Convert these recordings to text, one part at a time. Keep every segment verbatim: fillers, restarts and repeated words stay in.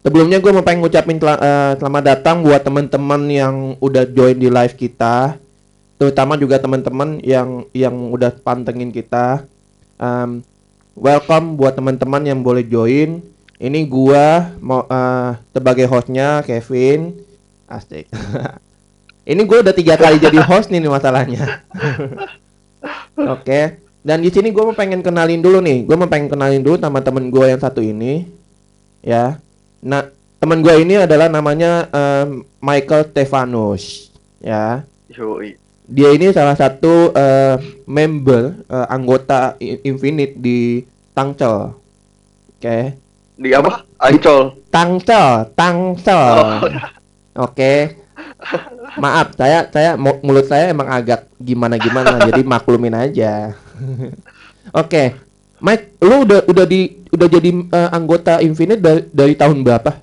Sebelumnya gue mau pengen ngucapin tel- uh, selamat datang buat teman-teman yang udah join di live kita, terutama juga teman-teman yang yang udah pantengin kita. Um, welcome buat teman-teman yang boleh join. Ini gua mau uh, sebagai hostnya Kevin. Asik. Ini gue udah tiga kali jadi host nih, nih masalahnya. Oke. Okay. Dan di sini gue mau pengen kenalin dulu nih. Gue mau pengen kenalin dulu sama temen gue yang satu ini. Ya. Nah, temen gue ini adalah namanya um, Michael Stefanus. Ya. Yoi. Dia ini salah satu uh, member uh, anggota Infinite di Tangsel. Oke. Okay. Di apa? Ancol. Tangsel, Tangsel. Oh. Oke. Okay. Maaf, saya saya mulut saya emang agak gimana-gimana, jadi maklumin aja. Oke. Okay. Mike, lu udah udah di udah jadi uh, anggota Infinite dari, dari tahun berapa?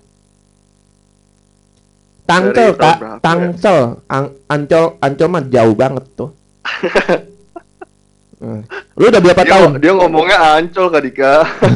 Tangsel, Kak. Tangsel. Ya? An- Ancol, Ancol mah jauh banget tuh. hmm. Lu udah berapa dia, tahun? Dia ngomongnya Ancol, Kak Dika.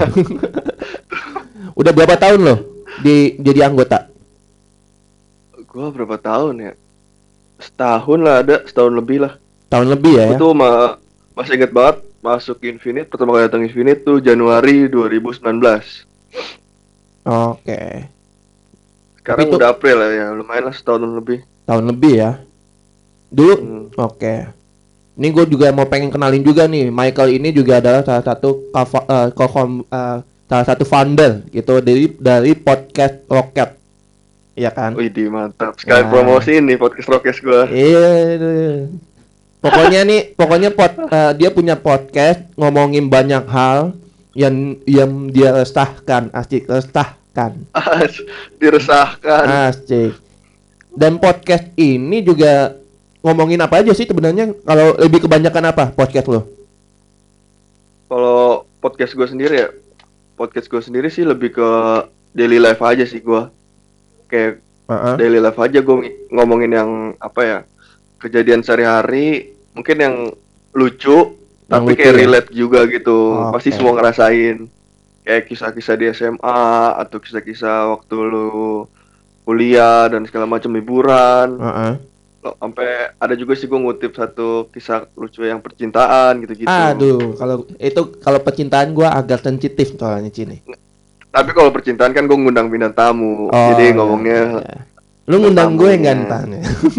Udah berapa tahun lo di jadi anggota? Gua berapa tahun ya? Setahun lah ada, setahun lebih lah. Tahun lebih ya? Gua tuh ma- masih inget banget masuk Infinite, pertama kali datang Infinite tuh Januari dua ribu sembilan belas. Oke. Okay. Sekarang itu, udah April ya, lumayan lah setahun lebih. Tahun lebih ya. Dulu, hmm. oke. Okay. Ini gue juga mau pengen kenalin juga nih, Michael ini juga adalah salah satu uh, uh, salah satu founder gitu dari dari podcast Rocket. Iya kan? Wih, mantap. Sekali nah. Promosi nih podcast Rocket gue. Iya. Pokoknya nih, pokoknya pod, uh, dia punya podcast ngomongin banyak hal yang yang dia resahkan, asik resahkan. As, diresahkan. Asik. Dan podcast ini juga ngomongin apa aja sih sebenarnya? Kalau lebih kebanyakan apa podcast lo? Kalau podcast gue sendiri ya, podcast gue sendiri sih lebih ke daily life aja sih gue. Kayak uh-huh. daily life aja gue ngomongin yang apa ya, kejadian sehari-hari, mungkin yang lucu, yang tapi lucu, kayak relate ya? Juga gitu. Oh, pasti okay. Semua ngerasain. Kayak kisah-kisah di S M A atau kisah-kisah waktu lu kuliah dan segala macam liburan. Uh-uh. Sampai ada juga sih gue ngutip satu kisah lucu yang percintaan gitu-gitu. Aduh, kalau itu kalau percintaan gue agak sensitif soalnya Cini. Tapi kalau percintaan kan gue ngundang bintang tamu, oh, jadi ngomongnya. Ya, ya. Lu ngundang gue nggak ntanya?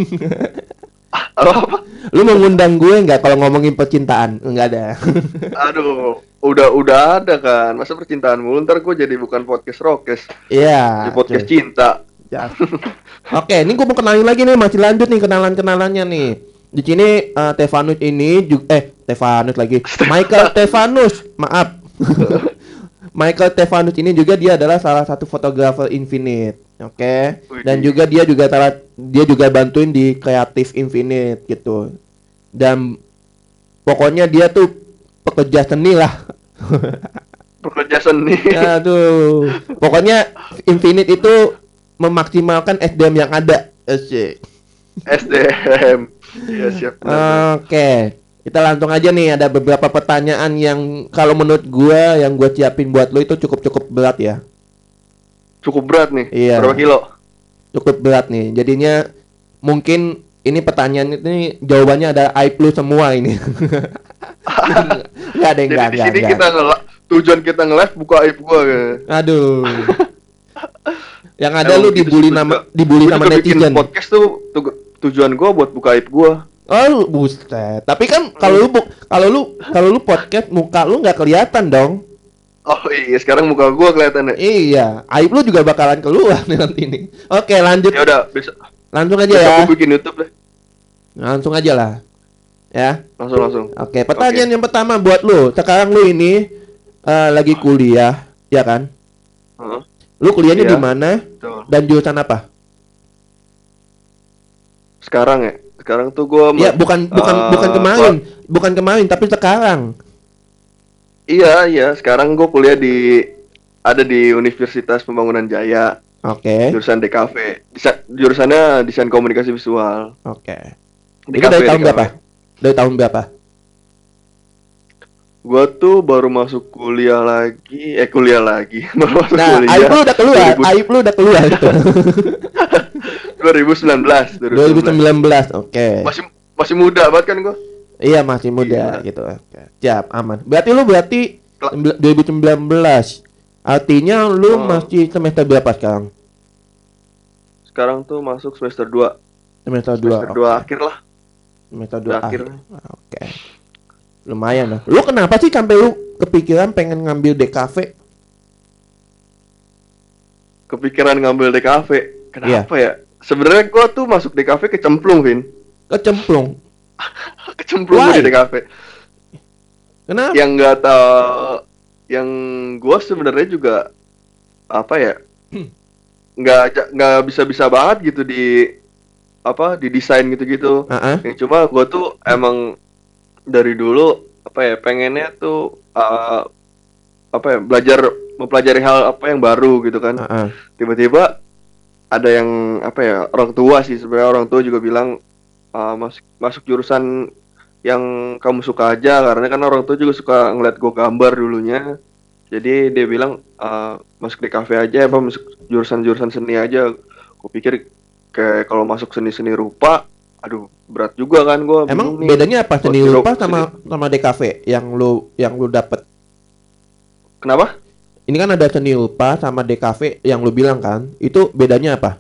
Apa? Lu mau ngundang gue nggak kalau ngomongin percintaan? Nggak ada. Aduh, udah udah ada kan. Masa percintaan mulu, ntar gue jadi bukan podcast Rokes. Iya. Podcast cuy. Cinta. Ya. Oke, ini gue mau kenalin lagi nih, masih lanjut nih kenalan-kenalannya nih. Di sini uh, Stefanus ini juga eh Stefanus lagi. Michael Stefanus, maaf. Michael Stefanus ini juga dia adalah salah satu fotografer Infinite. Oke. Okay? Dan juga dia juga salah dia juga bantuin di kreatif Infinite gitu. Dan pokoknya dia tuh pekerja seni lah. Pekerja seni. Aduh. Pokoknya Infinite itu memaksimalkan S D M yang ada. Asik. S D M. Ya siap. Oke. Okay. Kita langsung aja nih, ada beberapa pertanyaan yang kalau menurut gua yang gua siapin buat lo itu cukup-cukup berat ya. Cukup berat nih. Iya. Berapa kilo? Cukup berat nih. Jadinya mungkin ini pertanyaan ini jawabannya ada aib lu semua ini. Enggak ada yang enggak. Jadi di sini kita nge- tujuan kita nge-live buka aib gua kan. Aduh. Yang ada lu dibully nama dibully sama netizen. Podcast tuh tu- tujuan gua buat buka aib gua. Oh, buset. Tapi kan kalau lu kalau lu kalau lu podcast muka lu nggak kelihatan dong. Oh iya, sekarang muka gua kelihatan ya. Iya, aib lu juga bakalan keluar nanti nih. Oke, lanjut. Ya udah, besok. Langsung aja ya. Aku bikin YouTube deh. Langsung aja lah. Ya. Langsung langsung. Oke, pertanyaan okay. yang pertama buat lu. Sekarang lu ini uh, lagi kuliah, ya kan? Uh-huh. Lu kuliahnya iya. di mana? Dan jurusan apa? Sekarang ya. Sekarang tuh gue Iya, bukan bukan uh, bukan kemarin, gua... bukan kemarin, tapi sekarang. Iya, iya. Sekarang gue kuliah di ada di Universitas Pembangunan Jaya. Oke. Okay. Jurusan D K V. Desa, jurusannya Desain Komunikasi Visual. Oke. Okay. Itu dari tahun berapa? Dari tahun berapa? Gua tuh baru masuk kuliah lagi, eh kuliah lagi, baru masuk Nah, kuliah. aib lu udah keluar, dua ribu aib lu udah keluar itu. dua ribu sembilan belas, dua ribu sembilan belas, oke. Okay. Masih masih muda banget kan gua? Iya, masih muda Gila. gitu. Oke. Siap, aman. Berarti lu berarti dua ribu sembilan belas. Artinya lu oh. masih semester berapa sekarang? Sekarang tuh masuk semester dua. Semester dua. Semester dua okay. akhir lah. Semester dua akhir. Oke. Okay. Lumayan lah. Lu kenapa sih sampai lu kepikiran pengen ngambil D K V? Kepikiran ngambil D K V? Kenapa yeah. ya? Sebenarnya gua tuh masuk D K V kecemplung, Vin. Kecemplung? Kecemplung Why? Di D K V. Kenapa? Yang nggak tahu, yang gua sebenarnya juga apa ya? Nggak hmm. nggak bisa-bisa banget gitu di apa di desain gitu-gitu. Uh-uh. Yang cuma gua tuh emang dari dulu apa ya pengennya tuh uh, apa ya belajar mempelajari hal apa yang baru gitu kan. Uh-uh. Tiba-tiba ada yang apa ya orang tua sih sebenarnya orang tua juga bilang uh, masuk masuk jurusan yang kamu suka aja karena kan orang tua juga suka ngeliat gue gambar dulunya. Jadi dia bilang uh, masuk di kafe aja apa masuk jurusan-jurusan seni aja. Gue pikir kayak kalau masuk seni-seni rupa aduh berat juga kan gue. Emang bedanya apa seni rupa sama seni. sama D K V yang lu yang lu dapet? Kenapa? Ini kan ada seni rupa sama D K V yang lu bilang kan. Itu bedanya apa?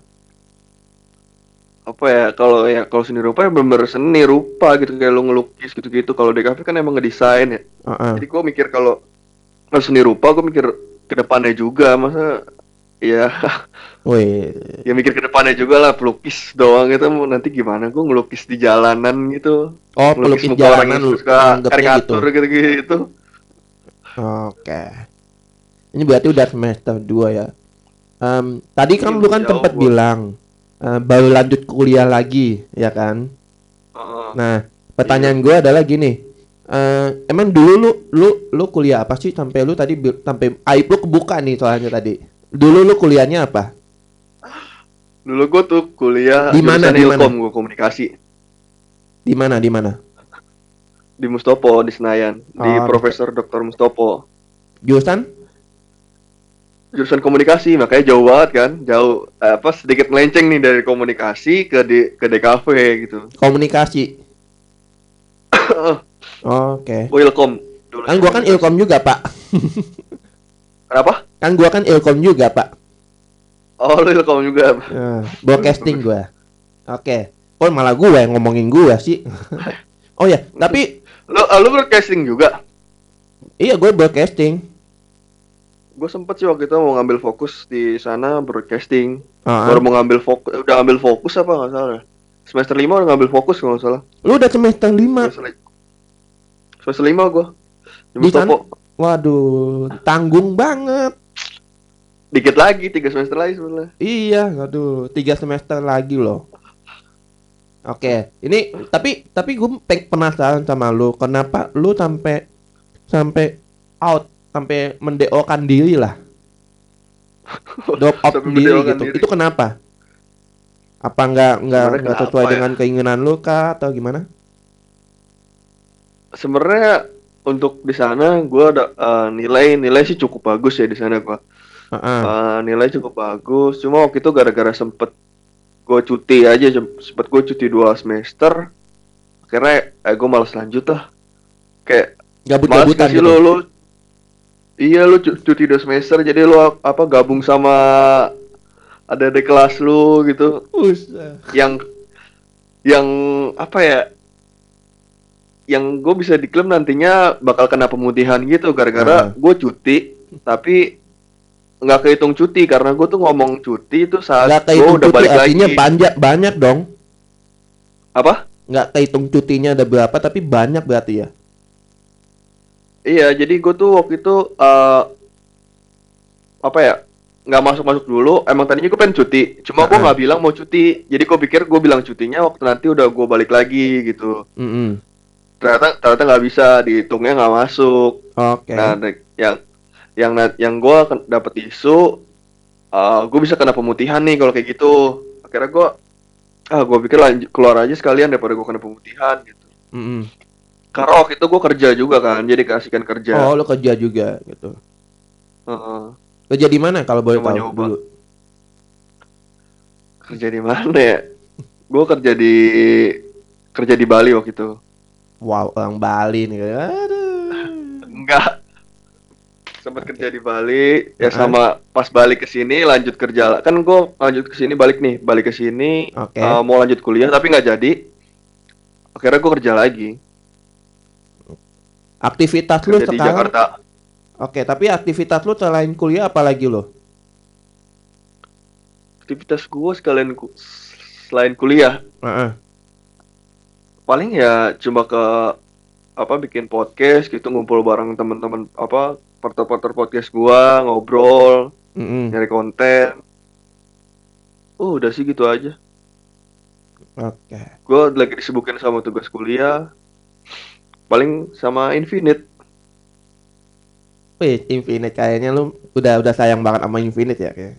Apa ya kalau ya kalau seni rupa ya bener-bener seni rupa gitu kayak lu ngelukis gitu-gitu. Kalau D K V kan emang ngedesain ya. Uh-uh. Jadi gue mikir kalau kalau seni rupa gue mikir ke depannya juga masa ya. Wih. Ya mikir ke depannya juga lah pelukis doang itu nanti gimana gue ngelukis di jalanan gitu. Oh, pelukis jalanan lu karikatur gitu gitu. Oke. Ini berarti udah semester dua ya. Um, tadi kan lu kan tempat bilang uh, baru lanjut kuliah lagi, ya kan? Uh, nah, pertanyaan iya. gue adalah gini. Uh, emang dulu lu lu lu kuliah apa sih sampai lu tadi sampai aib lu kebuka nih soalnya tadi. Dulu lu kuliahnya apa? Dulu gue tuh kuliah di mana di mana? Gue komunikasi. Di mana di mana? Di Mustopo di Senayan, oh, di Profesor Doktor Mustopo. Jurusan? Jurusan komunikasi, makanya jauh banget kan, jauh apa sedikit melenceng nih dari komunikasi ke di ke D K V gitu. Komunikasi. oh, Oke. Okay. Gue Ilkom. Kan gua kan Ilkom juga, Pak. Kenapa? Kan gua kan Ilkom juga, Pak. Oh, lu Ilkom juga. Uh, broadcasting gua. Oke. Okay. Oh, malah gua yang ngomongin gua sih. oh ya, tapi lu lu broadcasting juga? Iya, gue broadcasting. Gue sempet sih waktu itu mau ngambil fokus di sana broadcasting. Uh-huh. Baru mau ngambil fokus, udah ngambil fokus apa nggak salah? Semester lima udah ngambil fokus kalau nggak salah. Lu udah semester lima? Semester, semester lima gue. Di sana? Waduh, tanggung banget. Dikit lagi, tiga semester lagi sebenarnya. Iya, waduh, tiga semester lagi loh. Oke, ini tapi tapi gue penasaran sama lu, kenapa lu sampai sampai out, sampai mendeokan diri lah, drop out diri gitu. Diri. Itu kenapa? Apa nggak nggak nggak sesuai ya? Dengan keinginan lu kah atau gimana? Sebenarnya untuk di sana gue ada uh, nilai nilai sih cukup bagus ya di sana gue. Uh-uh. Uh, nilai cukup bagus, cuma waktu itu gara-gara sempet gue cuti aja, sempet gue cuti dua semester, akhirnya eh, gue malas lanjut lah, kayak gabut-gabutan gitu. Lu, lu, iya lu cuti dua semester, jadi lu apa gabung sama ada di kelas lu gitu, Usah. yang yang apa ya, yang gue bisa diklaim nantinya bakal kena pemutihan gitu, gara-gara uh. gue cuti, tapi nggak kehitung cuti karena gue tuh ngomong cuti itu saat gue udah balik lagi. Artinya banyak banyak dong. Apa? Nggak kehitung cutinya ada berapa tapi banyak berarti ya. Iya, jadi gue tuh waktu itu uh, apa ya nggak masuk masuk dulu. Emang tadinya gue pengen cuti, cuma uh-huh. gue nggak bilang mau cuti. Jadi gue pikir gue bilang cutinya waktu nanti udah gue balik lagi gitu. Mm-hmm. Ternyata ternyata nggak bisa, dihitungnya nggak masuk. Oke. Okay. Nah, yang yang yang gue dapet isu, uh, gue bisa kena pemutihan nih kalau kayak gitu. Akhirnya gue, ah gue pikir lanjut keluar aja sekalian daripada gue kena pemutihan gitu. Mm-hmm. Karena waktu itu gue kerja juga kan, jadi kasihkan kerja. Oh, lo kerja juga gitu. Uh-uh. Kerja di mana kalau boleh tahu nyoba. dulu? Kerja di mana ya? Gue kerja di kerja di Bali waktu itu. Wow, orang Bali nih. Aduh. Enggak. Sempat okay. kerja di Bali, ya uh-huh. sama pas balik ke sini lanjut kerja. Kan gue lanjut ke sini balik nih, balik ke sini okay. uh, mau lanjut kuliah tapi nggak jadi. Akhirnya gue kerja lagi. Aktivitas lu sekarang? Di Jakarta. Oke, tapi aktivitas lu selain kuliah apa lagi lo? Aktivitas gue sekalian ku, selain kuliah. Uh-uh. Paling ya cuma ke apa bikin podcast gitu, ngumpul bareng teman-teman apa partner-partner podcast gue, ngobrol, mm-hmm. nyari konten. Uh, udah sih gitu aja. Oke. Okay. Gue lagi disibukin sama tugas kuliah. Paling sama Infinite. Wih, Infinite kayaknya lu udah udah sayang banget sama Infinite ya kayak.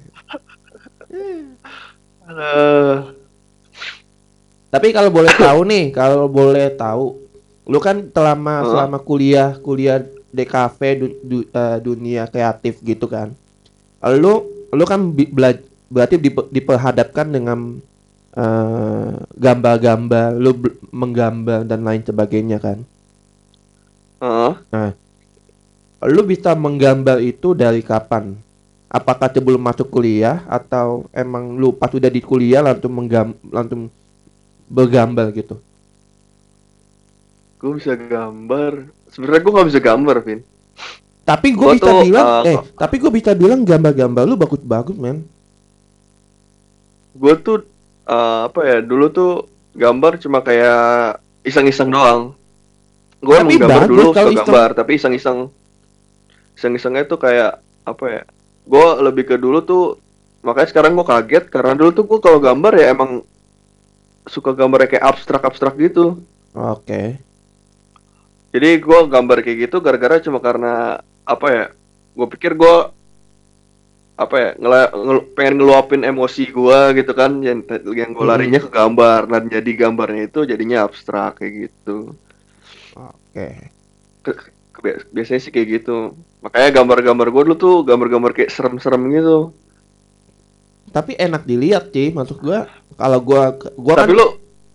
uh. Tapi kalau boleh tahu nih, kalau boleh tahu, lu kan selama huh? selama kuliah kuliah D K V du, du, uh, dunia kreatif gitu kan. Lu lu kan bi- bela- berarti dipe- diperhadapkan dengan uh, gambar-gambar, lu b- menggambar dan lain sebagainya kan. Uh. Nah, lu bisa menggambar itu dari kapan? Apakah sebelum masuk kuliah atau emang lu pas udah di kuliah langsung menggam langsung bergambar gitu? Gue bisa gambar. Sebenarnya gue nggak bisa gambar, Vin. Tapi gue bisa tuh, bilang, uh, eh, tapi gue bisa bilang gambar-gambar lu bagus-bagus, men. Gue tuh uh, apa ya? Dulu tuh gambar cuma kayak iseng-iseng doang. Gue emang gambar dulu suka gambar, tapi iseng-iseng. Iseng-isengnya tuh kayak apa ya? Gue lebih ke dulu tuh, makanya sekarang gue kaget karena dulu tuh gue kalau gambar ya emang suka gambarnya kayak abstrak-abstrak gitu. Oke. Okay. Jadi gue gambar kayak gitu gara-gara cuma karena apa ya? Gue pikir gue apa ya? Ngela- ngel- pengen ngeluapin emosi gue gitu kan, yang yang gue larinya ke gambar dan jadi gambarnya itu jadinya abstrak kayak gitu. Oke. Okay. Biasanya sih kayak gitu. Makanya gambar-gambar gue dulu tuh gambar-gambar kayak serem-serem gitu. Tapi enak dilihat sih, maksud gue. Kalau gue, gue tapi kan. Lu,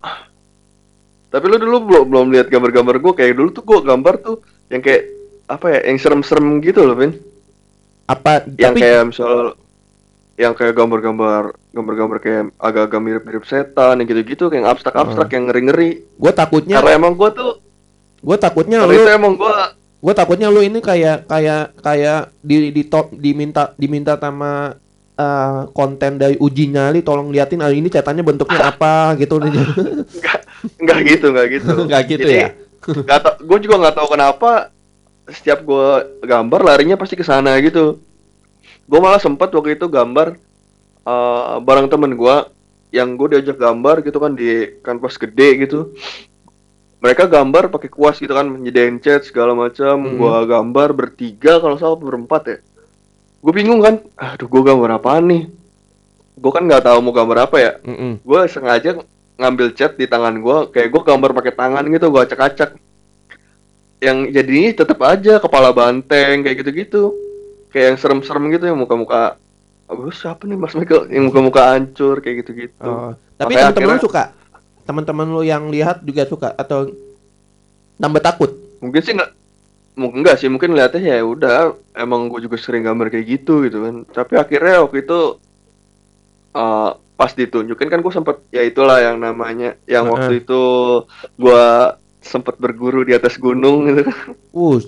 tapi lu dulu belum belum lihat gambar-gambar gue kayak dulu tuh gue gambar tuh yang kayak apa ya, yang serem-serem gitu loh, Vin. Apa? Yang tapi... kayak misal, yang kayak gambar-gambar, gambar-gambar kayak agak-agak mirip-mirip setan, yang gitu-gitu, kayak abstrak-abstrak, uh. yang ngeri-ngeri. Gue takutnya. Karena emang gue tuh. Gue takutnya lu. Itu emang gue. Gue takutnya lu ini kayak kayak kayak di di top diminta diminta sama uh, konten dari uji nyali, tolong liatin hari ini catatannya bentuknya apa gitu. Enggak, enggak gitu, enggak gitu. Enggak gitu. Jadi, ya. Enggak tau, gue juga enggak tahu kenapa setiap gue gambar larinya pasti ke sana gitu. Gue malah sempat waktu itu gambar uh, bareng temen gue yang gue diajak gambar gitu kan di kanvas gede gitu. Mereka gambar pakai kuas gitu kan, nyediain cat segala macam. Mm-hmm. Gue gambar bertiga kalau salah berempat ya. Gue bingung kan, aduh gue gambar apaan nih? Gue kan nggak tahu mau gambar apa ya. Mm-hmm. Gue sengaja ngambil cat di tangan gue, kayak gue gambar pakai tangan gitu, gue acak-acak. Yang jadinya tetap aja kepala banteng kayak gitu-gitu, kayak yang serem-serem gitu, yang muka-muka, oh siapa nih Mas Michael, yang muka-muka hancur kayak gitu-gitu. Oh, tapi teman-teman lu suka? Teman-teman lu yang lihat juga suka atau tambah takut? Mungkin sih nggak, mungkin enggak sih, mungkin lihatnya ya udah, emang gue juga sering gambar kayak gitu gitu kan. Tapi akhirnya waktu itu uh, pas ditunjukin kan gue sempet ya itulah yang namanya, yang uh-huh. waktu itu gue sempet berguru di atas gunung gitu kan. Uh,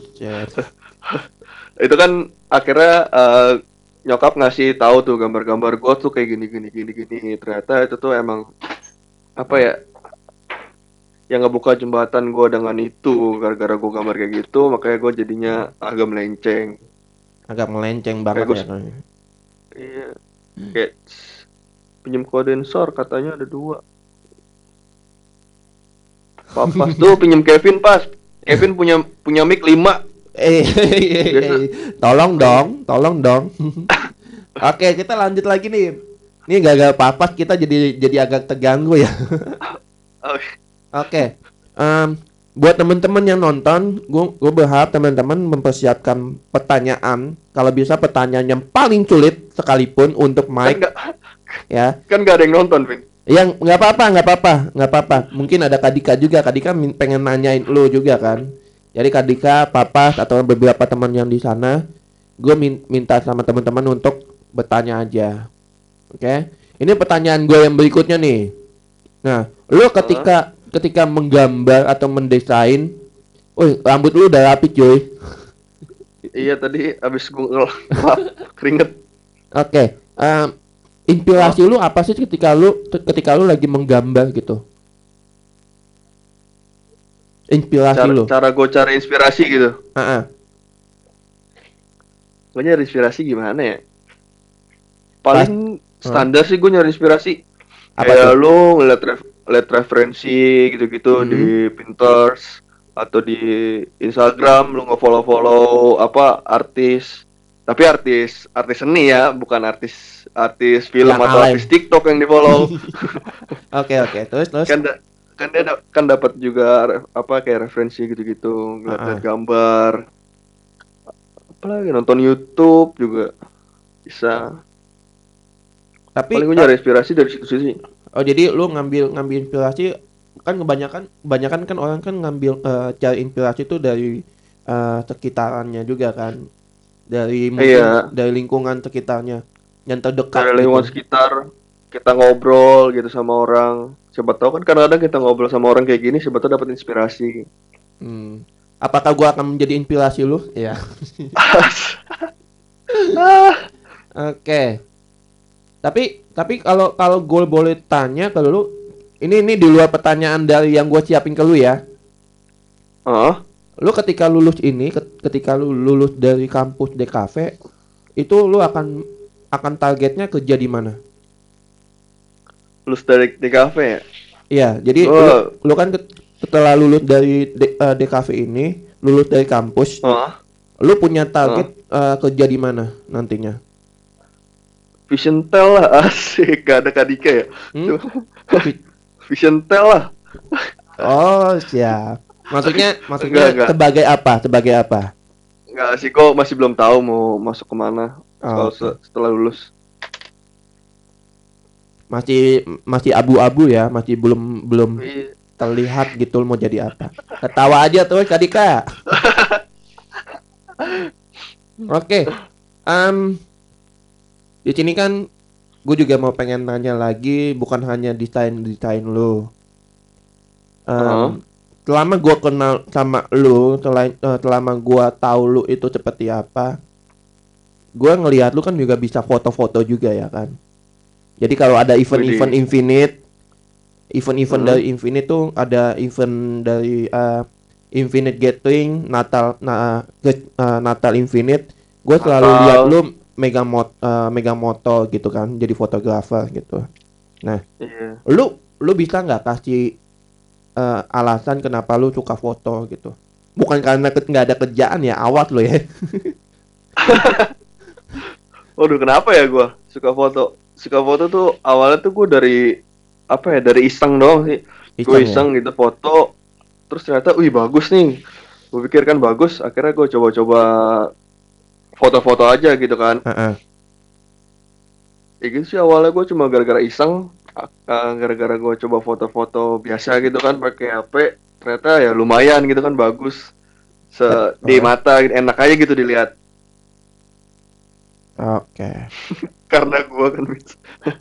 itu kan akhirnya uh, nyokap ngasih tahu tuh gambar-gambar gue tuh kayak gini gini gini gini. Ternyata itu tuh emang apa ya, yang ngebuka jembatan gue dengan itu, gara-gara gue gambar kayak gitu, makanya gue jadinya agak melenceng. Agak melenceng banget gua, ya. Iya. Kayak pinjam kondensor katanya ada dua. Pas tuh pinjam Kevin pas. Kevin punya punya mic lima. Eh, tolong dong, tolong dong. Oke, kita lanjut lagi nih. Ini gagal papas kita jadi jadi agak terganggu ya. Oke. Oke. Um, buat teman-teman yang nonton, gue gue berharap teman-teman mempersiapkan pertanyaan, kalau bisa pertanyaan yang paling sulit sekalipun untuk Mike. Kan gak, ya. Kan gak ada yang nonton, Vin. Yang nggak apa-apa, nggak apa-apa, nggak apa-apa. Mungkin ada Kadika juga, Kadika pengen nanyain lu juga kan. Jadi Kadika, Papa atau beberapa teman yang di sana, gue min- minta sama teman-teman untuk bertanya aja. Oke? Okay? Ini pertanyaan gue yang berikutnya nih. Nah, lu ketika uh. ketika menggambar atau mendesain, wih, rambut lu udah rapi cuy. Iya tadi abis gue ngelap keringet. Oke, okay. um, inspirasi oh. lu apa sih ketika lu ketika lu lagi menggambar gitu? Inspirasi cara, lu. Cara gue cari inspirasi gitu. Heeh. Gue nyari inspirasi gimana ya? Paling Pas. standar hmm. sih gue nyari inspirasi. Apa kayak tuh? Lu ngeliat ref- lihat referensi gitu-gitu hmm. di Pinterest atau di Instagram, lu nge-follow-follow apa artis, tapi artis artis seni ya, bukan artis artis film yang atau alay. Artis TikTok yang di-follow. Oke oke, terus terus kan da- kan dia da- kan dapat juga re- apa kayak referensi gitu-gitu, ngeliat uh-uh. gambar. Apalagi nonton YouTube juga bisa. Tapi paling gue nyari inspirasi dari situ sih. Oh jadi lu ngambil ngambil inspirasi kan kebanyakan kebanyakan kan orang kan ngambil uh, cari inspirasi itu dari uh, sekitarannya juga kan, dari mungkin iya. dari lingkungan sekitarnya yang terdekat. Dari lingkungan gitu. Sekitar kita ngobrol gitu sama orang, siapa tahu kan kadang-kadang kita ngobrol sama orang kayak gini, siapa tahu dapat inspirasi. Hmm. Apakah gua akan menjadi inspirasi lu? Ya. Oke. Okay. Tapi tapi kalau kalau gue boleh tanya ke lu, ini ini di luar pertanyaan dari yang gue siapin ke lu ya. Oh. Lu ketika lulus ini, ketika lu lulus dari kampus D K V, itu lu akan akan targetnya kerja di mana? Lulus dari D K V ya? Iya, jadi oh. lu, lu kan setelah lulus dari D, uh, D K V ini, lulus dari kampus, oh. lu punya target oh. uh, kerja di mana nantinya? Vision Tel lah, asik, gak ada Kadika ya. Hmm? Vision Tel lah. Oh siap. Maksudnya, maksudnya enggak, enggak. sebagai apa? Sebagai apa? Enggak sih, kok masih belum tahu mau masuk kemana oh, okay. setelah lulus. Masih masih abu-abu ya, masih belum belum iya. terlihat gitu mau jadi apa. Ketawa aja tuh Kadika. Oke. Okay. Um, Di sini kan gue juga mau pengen nanya lagi, bukan hanya desain-desain lo. Um, uh-huh. Selama gue kenal sama lo, selain uh, selama gue tahu lo itu seperti apa, gue ngelihat lo kan juga bisa foto-foto juga ya kan. Jadi kalau ada event-event Infinite, event-event uh-huh. dari Infinite tuh ada event dari uh, Infinite Gathering, Natal, na, uh, Natal Infinite, gue selalu Natal. lihat lo mega mot uh, mega moto gitu kan, jadi fotografer gitu. Nah, yeah. lu lu bisa nggak kasih uh, alasan kenapa lu suka foto gitu? Bukan karena nggak ke- ada kerjaan ya, awas lo ya. Waduh, kenapa ya gua suka foto? Suka foto tuh awalnya tuh gua dari apa ya? Dari iseng doang sih. Gue iseng ya? gitu foto, terus ternyata, wih bagus nih. Gue pikir kan bagus, akhirnya gue coba-coba foto-foto aja gitu kan. Uh-uh. Ya gitu sih awalnya gue cuma gara-gara iseng, uh, gara-gara gue coba foto-foto biasa gitu kan pakai H P, ternyata ya lumayan gitu kan, bagus se uh-huh. di mata, enak aja gitu dilihat. Oke. Okay. Karena gue kan bisa.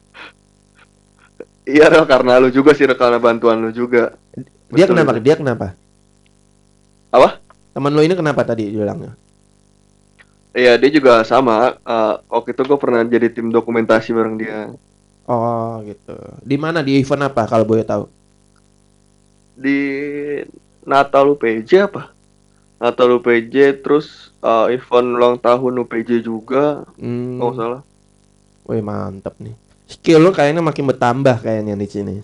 Iya Rel, karena lu juga sih, karena bantuan lu juga. Dia Betul kenapa? Itu. Dia kenapa? Apa? Teman lu ini kenapa tadi bilangnya? Iya, dia juga sama. Uh, waktu itu gue pernah jadi tim dokumentasi bareng dia. Oh, gitu. Di mana? Di event apa kalau boleh tahu? Di Natal U P J apa? Natal U P J, terus uh, event ulang tahun U P J juga. Hmm. Kalau salah. Wih, mantap nih. Skill lu kayaknya makin bertambah kayaknya di sini.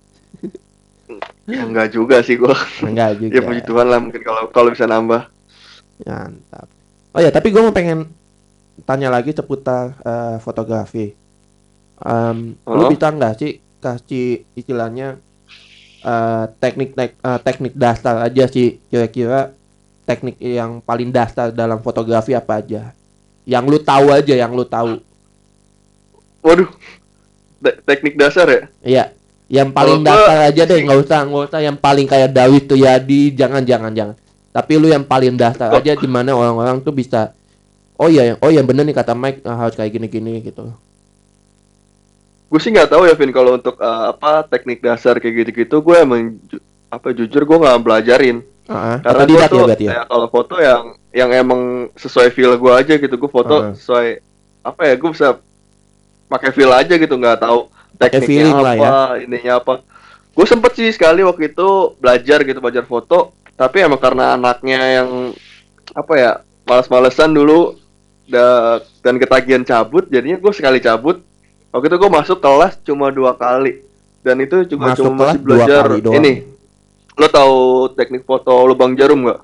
Ya enggak juga sih gue. Enggak juga. Ya puji Tuhan lah mungkin kalau kalau bisa nambah. Mantap. Oh ya, tapi gue mau pengen tanya lagi seputar uh, fotografi. Um, oh. Lu bisa nggak sih kasih istilahnya uh, teknik tek, uh, teknik dasar aja sih, kira-kira teknik yang paling dasar dalam fotografi apa aja? Yang lu tahu aja, yang lu tahu. Waduh, te- teknik dasar ya? Iya, yang paling Kalau dasar gua aja deh, sih- nggak usah nggak usah yang paling kayak Dawid Tuyadi, jangan jangan jangan. Tapi lu yang paling dasar Kok- aja, di mana orang-orang tuh bisa, oh iya, oh iya bener nih kata Mike, ah, harus kayak gini-gini gitu. gue sih nggak tahu ya Vin, kalau untuk uh, apa teknik dasar kayak gitu-gitu gue emang ju- apa jujur gue nggak belajarin. Uh-uh. Karena gue Otodidak ya tuh berarti ya. ya, kalau foto yang yang emang sesuai feel gue aja gitu, gue foto Uh-uh. sesuai apa ya, gue bisa pakai feel aja gitu, nggak tahu Pakai tekniknya feeling apa, lah ya. ininya apa. Gue sempet sih sekali waktu itu belajar gitu, belajar foto, tapi emang karena anaknya yang apa ya, males-malesan dulu da- dan ketagihan cabut, jadinya gue sekali cabut. Waktu itu gue masuk kelas cuma dua kali, dan itu juga Masuk cuma kelas masih dua belajar kali doang. ini. Lo tahu teknik foto lubang jarum nggak?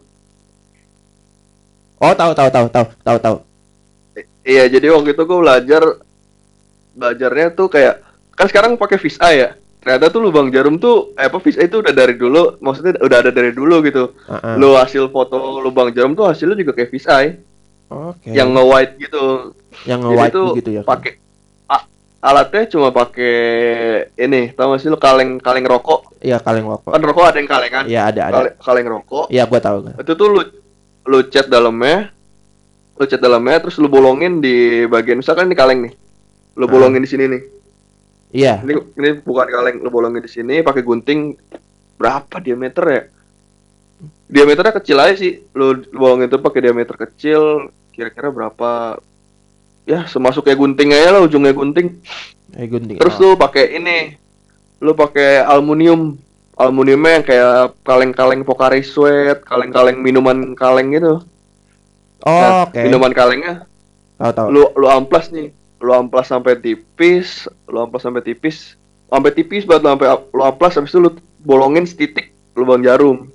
Oh, tahu tahu tahu tahu tahu tahu. I- iya, jadi waktu itu gue belajar belajarnya tuh kayak, kan sekarang pakai fisheye ya. Ternyata tuh lubang jarum tuh eh, apa fisheye itu udah dari dulu, maksudnya udah ada dari dulu gitu. Uh-uh. Lo hasil foto lubang jarum tuh hasilnya juga kayak fisheye, Oke. yang nge-white gitu. Yang Jadi nge-white tuh begitu ya. Kan? pakai a- alatnya cuma pakai ini, tau gak sih lo, kaleng kaleng rokok. Iya, kaleng rokok. Kan rokok ada yang kalengan. Iya, ada ada. Kaleng, kaleng rokok. Iya, gua tahu. Itu tuh lu lu cat dalamnya, lu cat dalamnya terus lu bolongin di bagian, misalkan ini kaleng nih. Lu bolongin di sini nih. Iya. Ini ini bukan kaleng, lu bolongin di sini pakai gunting. Berapa diameter ya? Diameternya kecil aja sih. Lu bolongin itu pakai diameter kecil, kira-kira berapa? Ya, semasuk kayak gunting aja lah, ujungnya gunting. Eh, gunting. Terus Oh. lu pakai ini. Lu pakai aluminium. Aluminiumnya yang kayak kaleng-kaleng Pocari Sweat, kaleng-kaleng minuman kaleng gitu. Oh, Nah, oke. minuman kalengnya Tahu tahu. lu lu amplas nih. Lu amplas sampai tipis, lu amplas sampai tipis. Sampai tipis banget, lu sampai lu amplas, habis itu lu bolongin setitik lubang jarum.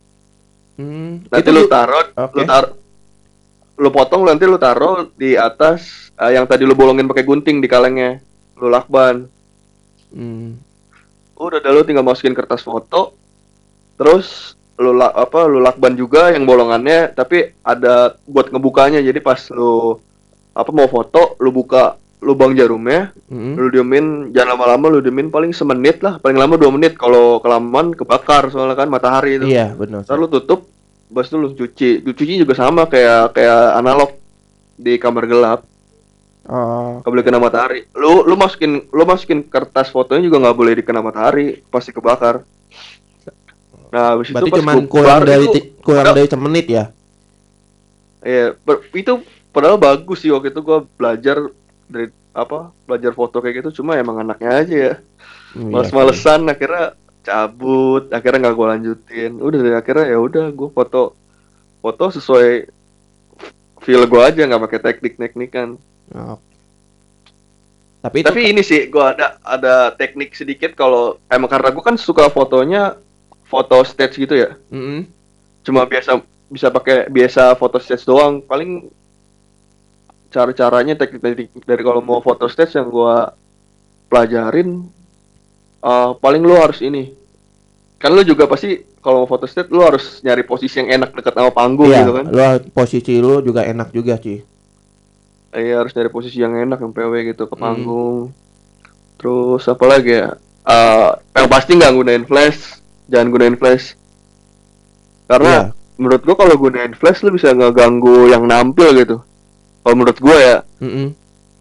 Hmm, Nanti itu lu lu- taruh, Oke. lu taruh lu potong, nanti lu taruh di atas eh, yang tadi lu bolongin pakai gunting di kalengnya. Lu lakban. Hmm. Udah, dah lu tinggal masukin kertas foto. Terus lu la- apa lu lakban juga yang bolongannya, tapi ada buat ngebukanya. Jadi pas lu apa mau foto, lu buka lubang jarumnya, Hmm. lu diemin, jangan lama-lama, lu diemin paling semenit lah, paling lama dua menit. Kalau kelamaan kebakar, soalnya kan matahari itu. Iya, benar. Ntar lu tutup, habis itu lu cuci. Cucinya juga sama kayak kayak analog di kamar gelap, Oh, nggak boleh kena matahari. Lu lu masukin lu masukin kertas fotonya juga nggak boleh dikena matahari, pasti kebakar. Nah, habis itu berarti pas cuman gua kurang kelar dari itu, ti- kurang padahal- dari semenit ya. Iya, ber- itu padahal bagus sih waktu itu gua belajar dari apa belajar foto kayak gitu, cuma emang anaknya aja ya Hmm, iya males-malesan, akhirnya cabut, akhirnya nggak gua lanjutin. Udah dari akhirnya ya udah gua foto foto sesuai feel gua aja, nggak pakai teknik-teknikan. sih. Oh. Tapi itu Tapi ini sih gua ada ada teknik sedikit, kalau emang karena gua kan suka fotonya foto stage gitu ya. Mm-mm. Cuma biasa bisa pakai biasa foto stage doang. Paling cara-caranya teknik-teknik dari kalau mau foto stage yang gua pelajarin, uh, paling lu harus ini. Kan lu juga pasti kalau mau foto stage lu harus nyari posisi yang enak dekat sama panggung Iya, gitu kan. lu posisi lu juga enak juga sih. Iya, harus nyari posisi yang enak, yang P W gitu ke Hmm. panggung. Terus apa lagi ya? Uh, yang pasti nggak gunain flash, jangan gunain flash. Karena Iya. menurut gua kalau gunain flash lu bisa ngeganggu yang nampil gitu. Kalau menurut gua ya, Mm-mm.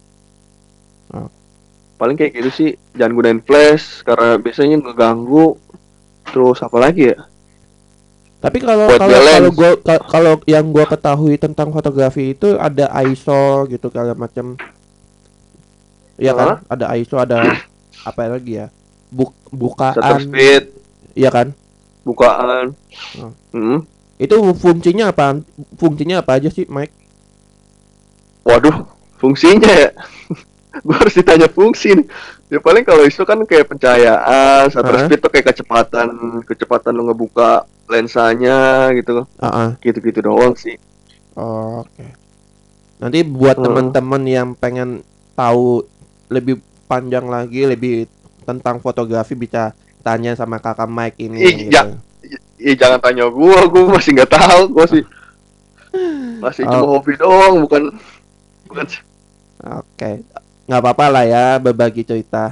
paling kayak gitu sih, jangan gunain flash karena biasanya ngeganggu. Terus apa lagi ya? Tapi kalau Buat kalau balance. kalau gua ka- kalau yang gua ketahui tentang fotografi itu ada I S O gitu segala macam. Iya kan? Hah? Ada I S O, ada apa lagi ya? Buk, Shutter bukaan. speed, Iya kan? bukaan. Oh. Hmm. Itu fungsinya apa? Fungsinya apa aja sih, Mike? Waduh, fungsinya ya. Gue harus ditanya fungsi nih. Ya paling kalau I S O kan kayak pencahayaan, shutter Heeh. speed tuh kayak kecepatan, kecepatan lu ngebuka lensanya gitu. Ah, Gitu-gitu doang sih. oh, oke. Nanti buat Heeh. teman-teman yang pengen tahu lebih panjang lagi, lebih tentang fotografi bisa tanya sama kakak Mike ini. Ih, gitu. ja- ih, jangan tanya gua, gua masih nggak tahu, gua sih masih Oh. cuma hobi doang, bukan bukan. Oke, nggak apa-apa lah ya berbagi cerita.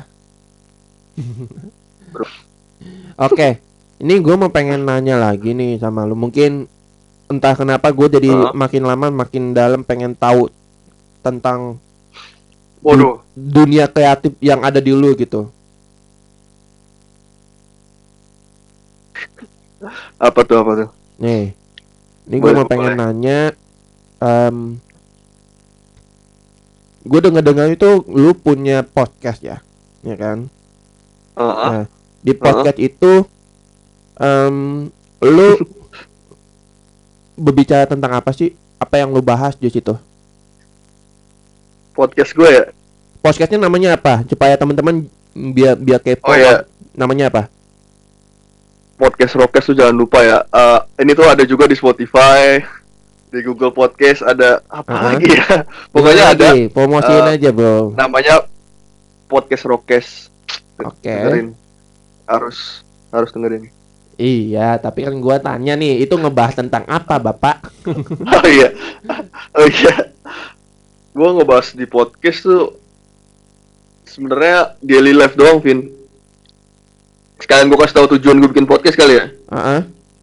Oke, ini gue mau pengen nanya lagi nih sama lu. Mungkin entah kenapa gue jadi Uh-huh. makin lama makin dalam pengen tahu tentang Waduh, du- dunia kreatif yang ada di lu gitu. apa tuh apa tuh? Nih, ini gue Boleh, mau pengen boleh. nanya. Um, gue dengar-dengar itu lu punya podcast ya, ya kan? Uh-huh. Nah, di podcast itu um, lu berbicara tentang apa sih? Apa yang lu bahas di situ? Podcast gue ya. Podcastnya namanya apa? Supaya teman-teman biar biar kepo. Oh ya, Namanya apa? podcast Rokes tuh jangan lupa ya. Uh, ini tuh ada juga di Spotify, di Google Podcast, ada apa Uh-huh. lagi ya? Pokoknya Gimana ada. lagi? Promosiin uh, aja, bro. Namanya Podcast Rokes. Oke. Okay. Dengerin. Harus harus dengerin. Iya, tapi kan gua tanya nih, itu ngebahas tentang apa, Bapak? Oh iya. Oh iya. Gua ngebahas di podcast tuh sebenarnya daily life doang, Vin. Sekalian gue kasih tahu tujuan gue bikin podcast kali ya. Uh-uh.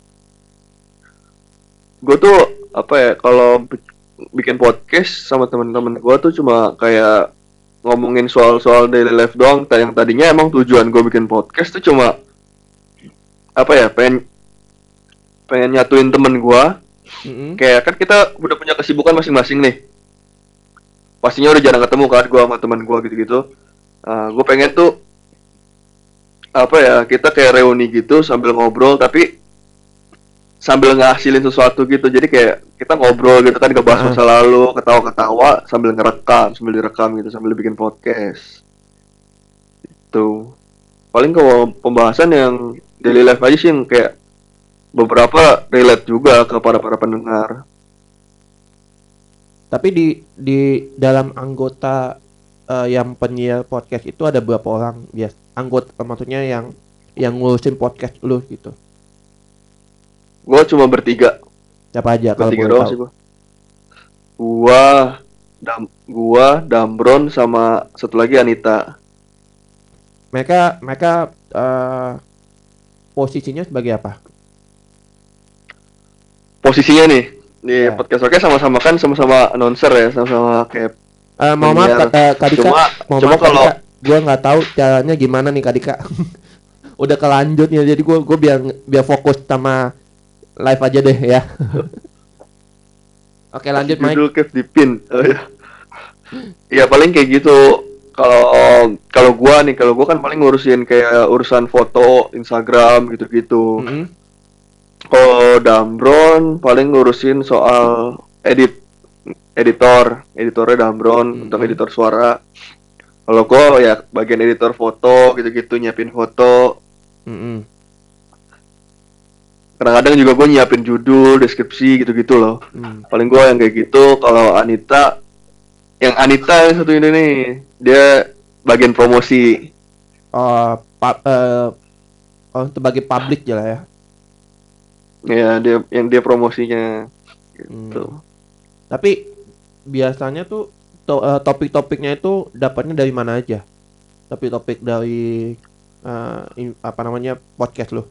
Gue tuh apa ya, kalau bikin podcast sama teman-teman gue tuh cuma kayak ngomongin soal-soal daily life doang. Yang tadinya emang tujuan gue bikin podcast tuh cuma apa ya, pengen pengen nyatuin temen gue. Mm-hmm. Kayak kan kita udah punya kesibukan masing-masing nih. Pastinya udah jarang ketemu kan gue sama teman gue gitu-gitu. Uh, gue pengen tuh apa ya, kita kayak reuni gitu sambil ngobrol tapi sambil ngasilin sesuatu gitu. Jadi kayak kita ngobrol gitu kan, ngebahas masa lalu, ketawa-ketawa sambil ngerekam, sambil direkam gitu, sambil bikin podcast. Itu paling kalau pembahasan yang daily life aja sih, yang kayak beberapa relate juga ke para-para pendengar. Tapi di di dalam anggota uh, yang penyiar podcast itu ada berapa orang bias anggota, maksudnya yang yang ngurusin podcast lu gitu? Gue cuma bertiga. Siapa aja kalau bertiga boleh doang tahu? sih gue. Gua, Dam, gua, Damron sama satu lagi Anita. Mereka mereka uh, posisinya sebagai apa? Posisinya nih di ya. podcast oke sama-sama kan sama-sama announcer ya, sama-sama kayak. Uh, mau maaf uh, Kak Dika, cuma, mau cuma maaf kalau gue nggak tahu caranya gimana nih Kak Dika. Udah kelanjut ya, jadi gue gue biar biar fokus sama live aja deh ya. Oke lanjut Mike. Judul Kev di pin. Oh, ya. Ya paling kayak gitu. Kalau kalau gue nih, kalau gue kan paling ngurusin kayak urusan foto, Instagram gitu-gitu. Mm-hmm. Kalau Damron paling ngurusin soal edit, editor, editornya Damron, mm-hmm. untuk editor suara. Kalau gue ya bagian editor foto gitu-gitu, nyiapin foto. Mm-hmm. Kadang-kadang juga gue nyiapin judul, deskripsi gitu-gitu loh. Mm. Paling gue yang kayak gitu. Kalau Anita, yang Anita yang satu ini nih, dia bagian promosi. Oh, pa- uh, oh sebagai public aja lah ya. Ya, dia yang dia promosinya gitu. Hmm. Tapi biasanya tuh to, uh, topik-topiknya itu dapatnya dari mana aja? Topik-topik dari uh, in, apa namanya podcast lo?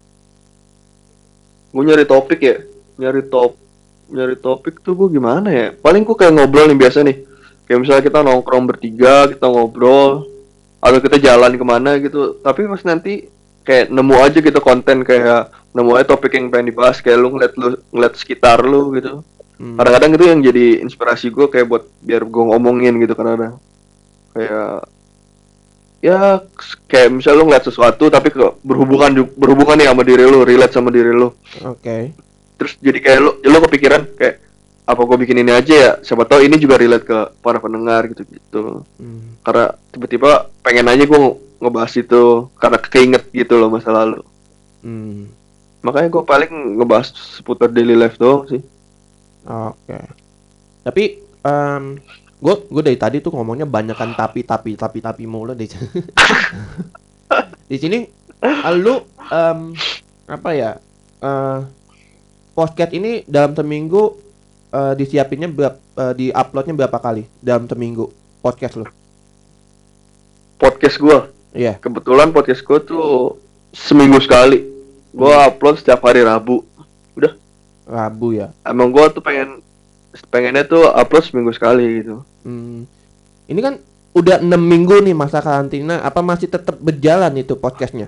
Gue nyari topik ya, nyari top, nyari topik tuh gue gimana ya? Paling gue kayak ngobrol nih biasa nih. Kayak misalnya kita nongkrong bertiga, kita ngobrol, atau kita jalan kemana gitu. Tapi pas nanti kayak nemu aja gitu konten, kayak nemu aja topik yang pengen dibahas, kayak lu ngeliat lu ngeliat sekitar lu gitu. Hmm. Kadang-kadang itu yang jadi inspirasi gue, kayak buat biar gue ngomongin gitu kadang-kadang. Kayak ya kayak misalnya lu ngeliat sesuatu tapi ke, berhubungan berhubungan nih sama diri lu, relate sama diri lu. Oke. Okay. Terus jadi kayak lu lu kepikiran kayak apa gue bikin ini aja ya, siapa tahu ini juga relate ke para pendengar gitu-gitu. Hmm. Karena tiba-tiba pengen aja gue ngebahas itu karena keinget gitu loh masa lalu. Hmm. Makanya gue paling ngebahas seputar daily life doang sih. Oke. Okay. Tapi um, gue gue dari tadi tuh ngomongnya banyak kan tapi tapi tapi tapi mulu deh. Di sini Lu um, apa ya? Uh, podcast ini dalam seminggu uh, disiapinnya berapa, uh, di uploadnya berapa kali dalam seminggu podcast lu? Podcast gua. Iya. Yeah. Kebetulan podcast gua tuh seminggu sekali. Gua hmm. upload setiap hari Rabu. Udah. Rabu ya. Emang gua tuh pengen pengennya tuh upload seminggu sekali gitu. Hmm. Ini kan udah enam minggu nih masa karantina, apa masih tetap berjalan itu podcastnya?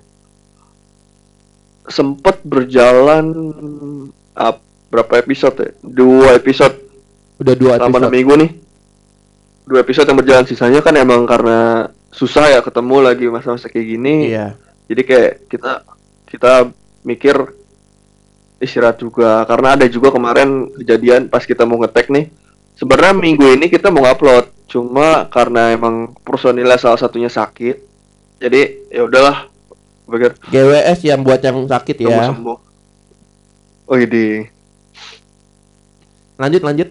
Sempet berjalan uh, berapa episode ya? Dua episode. Udah dua episode. Selama enam minggu nih. Dua episode yang berjalan, sisanya kan emang karena susah ya ketemu lagi masa-masa kayak gini. Iya. Jadi kayak kita kita mikir istirahat juga, karena ada juga kemarin kejadian pas kita mau ngetek nih. Sebenarnya minggu ini kita mau upload, cuma karena emang personilnya salah satunya sakit. Jadi ya udahlah. Bagian G W S yang buat yang sakit ya. Sembuh. Oh ini. Lanjut lanjut.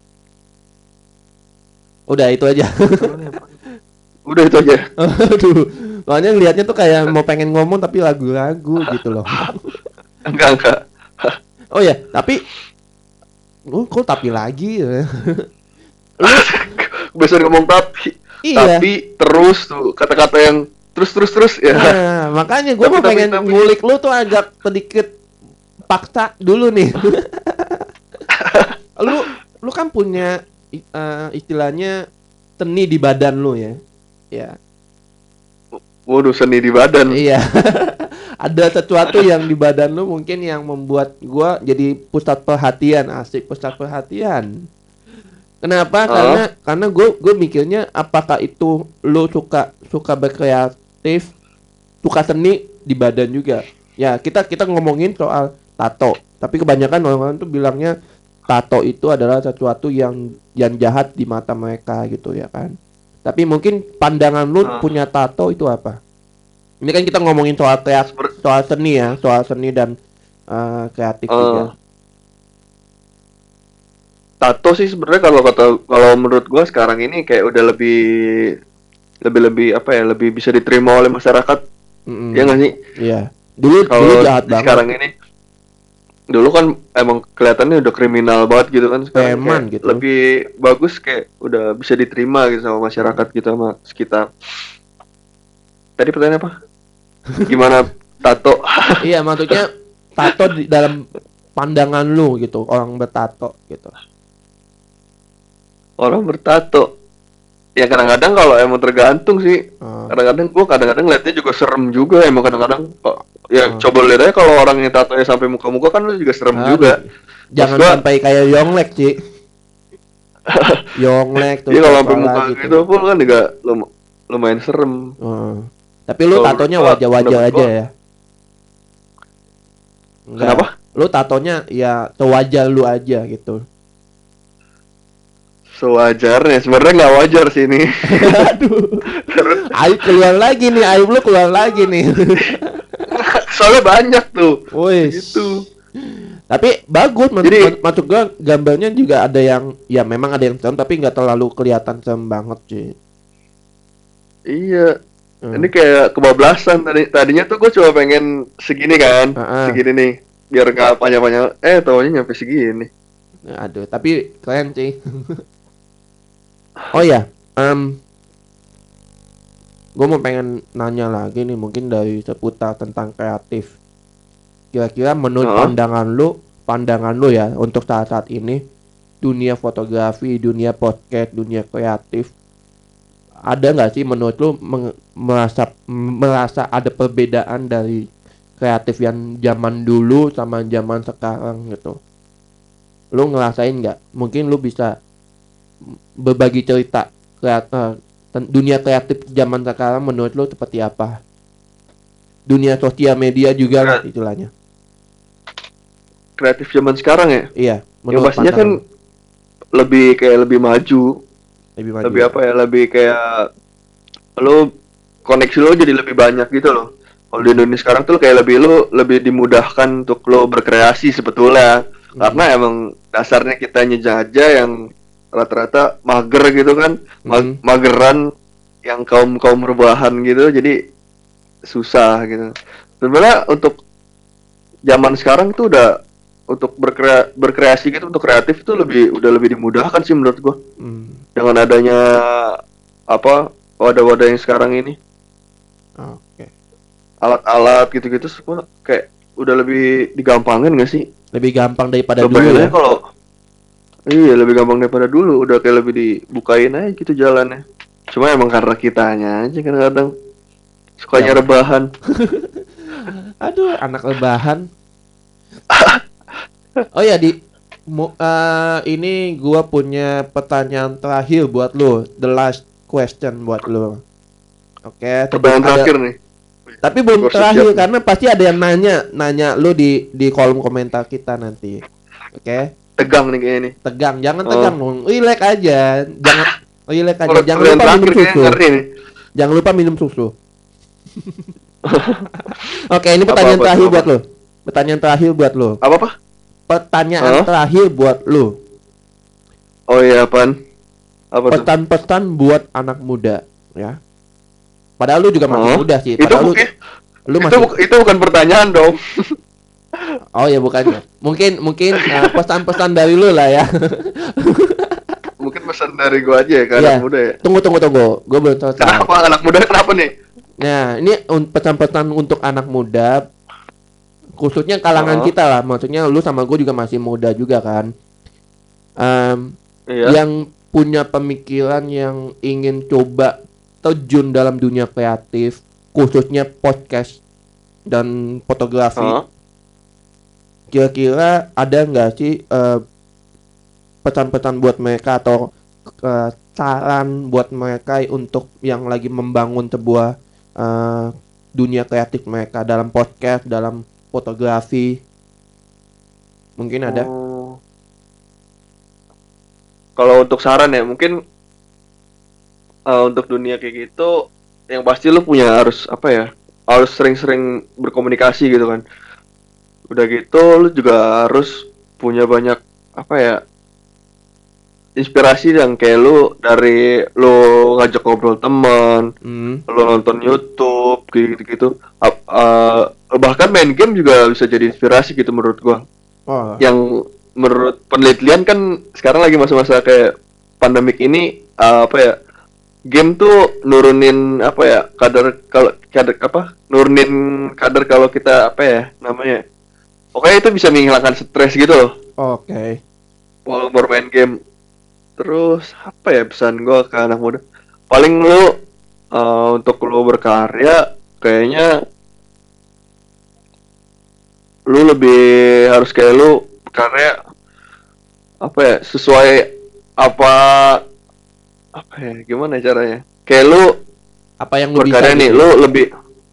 Udah itu aja. Udah itu aja. Aduh. Soalnya ngelihatnya tuh kayak mau pengen ngomong tapi lagu-lagu gitu loh. Enggak enggak. Oh ya, tapi lu kok tapi lagi ya. Lu bisa ngomong tapi. Iya. Tapi terus tuh kata-kata yang terus terus terus ya. Nah, makanya gue mau pengen tapi, ngulik lu tuh agak sedikit paksa dulu nih. lu lu kan punya uh, istilahnya seni di badan lu ya. Ya. Waduh, seni di badan. Iya. Ada sesuatu yang di badan lu mungkin yang membuat gua jadi pusat perhatian, asik pusat perhatian. Kenapa? Uh. Karena karena gue gue mikirnya apakah itu lu suka suka berkreatif, suka seni di badan juga. Ya, kita kita ngomongin soal tato, tapi kebanyakan orang-orang tuh bilangnya tato itu adalah sesuatu yang yang jahat di mata mereka gitu ya kan. Tapi mungkin pandangan lu uh. punya tato itu apa? Ini kan kita ngomongin soal kreatif, soal seni ya, soal seni dan uh, kreatif uh. juga. Tato sih sebenarnya kalau kata kalau menurut gua sekarang ini kayak udah lebih lebih lebih apa ya, lebih bisa diterima oleh masyarakat. Mm-hmm. Ya nggak sih? Iya. Dulu kalau dulu jahat banget. Sekarang ini dulu kan emang kelihatannya udah kriminal banget gitu kan, sekarang Eman, gitu. Lebih bagus kayak udah bisa diterima gitu sama masyarakat gitu, sama sekitar. Tadi pertanyaan apa? Gimana tato? Iya, maksudnya tato di dalam pandangan lu gitu, orang bertato gitu. Orang bertato ya kadang-kadang kalau emang tergantung sih. Hmm. Kadang-kadang gua kadang-kadang liatnya juga serem juga emang kadang-kadang. Ya hmm. coba lihat aja kalau orangnya tatonya sampai muka-muka kan lu juga serem Aduh. juga. Jangan gua, sampai kayak Yonglek, Ci. Yonglek tuh. Iya kalau sampai muka gitu, gitu pun kan juga lum lumayan serem. Hmm. Tapi lu kalo tatonya wajah-wajah aja gua, ya. Enggak. Kenapa? Lu tatonya ya sewajah lu aja gitu. Sewajarnya, sebenarnya nggak wajar sih ini. Aduh. Aib keluar lagi nih, aib lu keluar lagi nih. Soalnya banyak tuh. Wih. Gitu. Tapi bagus, Jadi, maksud gua gambarnya juga ada yang ya memang ada yang serem tapi nggak terlalu kelihatan serem banget sih. Iya. Hmm. Ini kayak kebablasan tadi. Tadinya tuh gua cuma pengen segini kan, uh-uh. segini nih, biar nggak panjang-panjang. Eh, taunya nyampe segini. Aduh, tapi keren sih. Oh ya, um, gue mau pengen nanya lagi nih mungkin dari seputar tentang kreatif. Kira-kira menurut oh. pandangan lu, pandangan lu ya untuk saat-saat ini dunia fotografi, dunia podcast, dunia kreatif, ada nggak sih menurut lu meng- merasa merasa ada perbedaan dari kreatif yang zaman dulu sama zaman sekarang gitu? Lu ngerasain nggak? Mungkin lu bisa berbagi cerita kreat, uh, dunia kreatif zaman sekarang menurut lo seperti apa? Dunia sosial media juga lah istilahnya. Kreatif zaman sekarang ya? Iya. Ya pastinya kan lebih kayak lebih maju. Lebih maju. Lebih apa ya? Lebih kayak lo koneksi lo jadi lebih banyak gitu loh. Kalau di Indonesia sekarang tuh kayak lebih lo lebih dimudahkan untuk lo berkreasi sebetulnya. Hmm. Karena emang dasarnya kita aja yang rata-rata mager gitu kan, Ma- hmm. mageran yang kaum kaum rebahan gitu, jadi susah gitu. sebenarnya untuk zaman sekarang itu udah untuk berkrea berkreasi gitu, untuk kreatif itu lebih udah lebih dimudahkan sih menurut gua. Hmm. Dengan adanya apa wadah-wadah yang sekarang ini. Oke. Okay. Alat-alat gitu-gitu semua kayak udah lebih digampangin gak sih? Lebih gampang daripada dulu ya. Kalau iya lebih gampang daripada dulu, udah kayak lebih dibukain aja gitu jalannya. Cuma emang karena kitanya aja kadang-kadang sukanya ya, rebahan. Aduh, anak rebahan. Oh ya di uh, ini gua punya pertanyaan terakhir buat lo, the last question buat lo. Oke, okay, pertanyaan terakhir nih. Tapi belum terakhir siap. Karena pasti ada yang nanya, nanya lo di di kolom komentar kita nanti. Oke. Okay? Tegang nih kayaknya nih. Tegang, jangan oh. tegang dong. Relax aja. Jangan relax aja. Jangan lupa minum susu. Jangan lupa minum susu. Oke, ini pertanyaan apa, terakhir apa, buat lo. Pertanyaan terakhir buat lo. Apa apa? Pertanyaan huh? terakhir buat lo. Oh iya, apaan? Apa pesan-pesan buat anak muda, ya. Padahal lu juga masih huh? muda sih. Itu Padahal bukan, lu, lu itu, masih... bu, itu bukan pertanyaan dong. Oh ya bukannya. Mungkin mungkin uh, pesan-pesan dari lu lah ya. Mungkin pesan dari gua aja ya ke ya. Anak muda ya. Tunggu tunggu tunggu. Gua belum selesai. Kenapa anak muda kenapa nih? Nah, ini pesan-pesan untuk anak muda, khususnya kalangan uh-huh. kita lah. Maksudnya lu sama gue juga masih muda juga kan. Um, iya. Yang punya pemikiran yang ingin coba terjun dalam dunia kreatif, khususnya podcast dan fotografi. Uh-huh. Kira-kira ada nggak sih uh, pesan-pesan buat mereka atau uh, saran buat mereka untuk yang lagi membangun sebuah Uh, dunia kreatif mereka dalam podcast, dalam fotografi, mungkin ada? Oh. Kalau untuk saran ya, mungkin uh, untuk dunia kayak gitu, yang pasti lu punya harus apa ya? Harus sering-sering berkomunikasi gitu kan. Udah gitu, lu juga harus punya banyak apa ya? Inspirasi yang kayak lu dari lu ngajak ngobrol teman, hmm. lu nonton YouTube gitu-gitu. Uh, uh, bahkan main game juga bisa jadi inspirasi gitu menurut gua. Oh. Yang menurut penelitian kan sekarang lagi masa-masa kayak pandemik ini uh, apa ya? Game tuh nurunin apa ya? Kadar kalau kadar apa? Nurunin kadar kalau kita apa ya namanya? Pokoknya itu bisa menghilangkan stres gitu loh. Oke. Okay. Walau bermain game. Terus apa ya pesan gue ke anak muda? Paling lu uh, untuk lu berkarya kayaknya lu lebih harus kayak lu berkarya apa ya sesuai apa apa ya gimana caranya? Kayak lu apa yang lu berkarya bisa nih, gitu? Lu lebih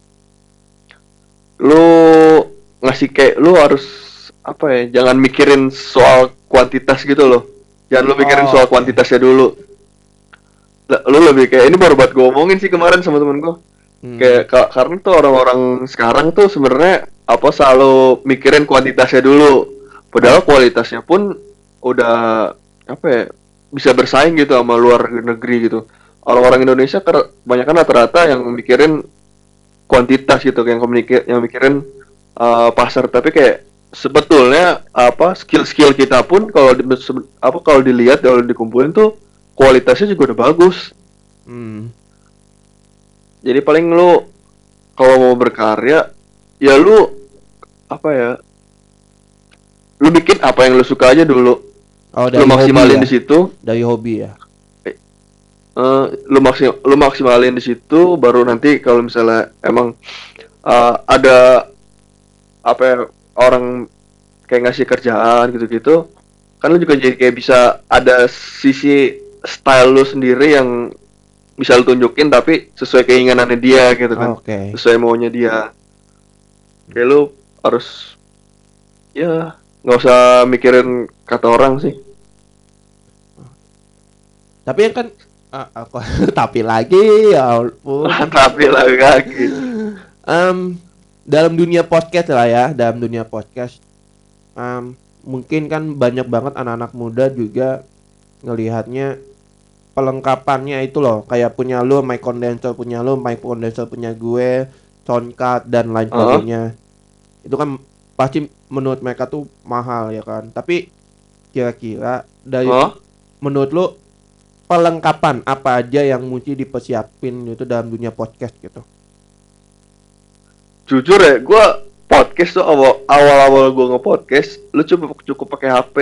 lu ngasih kayak lu harus apa ya? Jangan mikirin soal kuantitas gitu loh. Jangan lu mikirin oh, soal kuantitasnya okay. dulu. Lu lebih kayak ini baru buat gue omongin sih kemarin sama temen gue. Hmm. Kayak ka- karena tuh orang-orang sekarang tuh sebenarnya apa selalu mikirin kuantitasnya dulu. Padahal kualitasnya pun udah apa ya bisa bersaing gitu sama luar negeri gitu. Orang-orang Indonesia kebanyakan rata-rata yang mikirin kuantitas gitu, yang mikir yang mikirin uh, pasar, tapi kayak sebetulnya apa skill-skill kita pun kalau di, apa kalau dilihat kalau dikumpulin tuh kualitasnya juga udah bagus. Hmm. Jadi paling lu kalau mau berkarya ya lu apa ya? Lu bikin apa yang lu suka aja dulu. Oh, lu maksimalin ya? Di situ. Dari hobi ya. Uh, lu maksim lu maksimalin di situ baru nanti kalau misalnya emang uh, ada apa ya orang kayak ngasih kerjaan gitu-gitu kan lu juga jadi kayak bisa ada sisi style lu sendiri yang bisa lu tunjukin tapi sesuai keinginannya dia gitu kan. Okay. Sesuai maunya dia kayak lu harus ya nggak usah mikirin kata orang sih. Tapi kan uh, aku tapi lagi ya ampun. tapi lagi um, dalam dunia podcast lah ya, dalam dunia podcast um, mungkin kan banyak banget anak-anak muda juga ngelihatnya pelengkapannya itu loh, kayak punya lu mic condenser punya lu, mic condenser punya gue, soundcard dan lain sebagainya. Uh-huh. Itu kan pasti menurut mereka tuh mahal ya kan. Tapi kira-kira dari uh-huh. menurut lu perlengkapan apa aja yang mesti dipersiapin itu dalam dunia podcast gitu? Jujur ya, gue podcast tuh awal awal gue nge-podcast, lu cukup cukup pakai H P.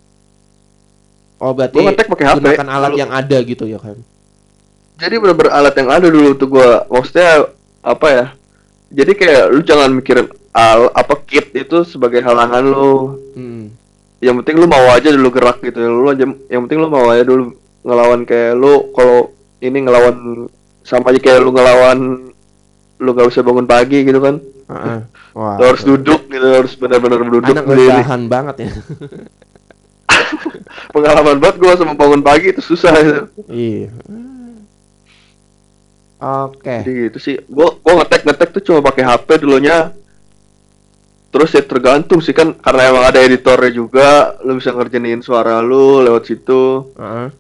Oh berarti gunakan alat lu, yang ada gitu ya kan? Jadi bener-bener alat yang ada dulu tuh gue, maksudnya apa ya? Jadi kayak lu jangan mikirin al apa kit itu sebagai halangan lu. Hmm. Yang penting lu mau aja dulu gerak gitu. Lu aja, yang penting lu mau aja dulu ngelawan kayak lu kalau ini ngelawan sama aja kayak lu ngelawan lu gak usah bangun pagi gitu kan. Uh-uh. Wah, lu harus duduk gitu, harus benar-benar duduk. Anak rebahan banget ya. Pengalaman banget gue sama bangun pagi itu susah gitu. Iya. Oke. Okay. Jadi gitu sih. Gue gue ngetek ngetek tuh cuma pakai H P dulunya. Terus ya tergantung sih kan karena emang ada editornya juga, lu bisa ngerjain suara lu lewat situ. Uh-huh.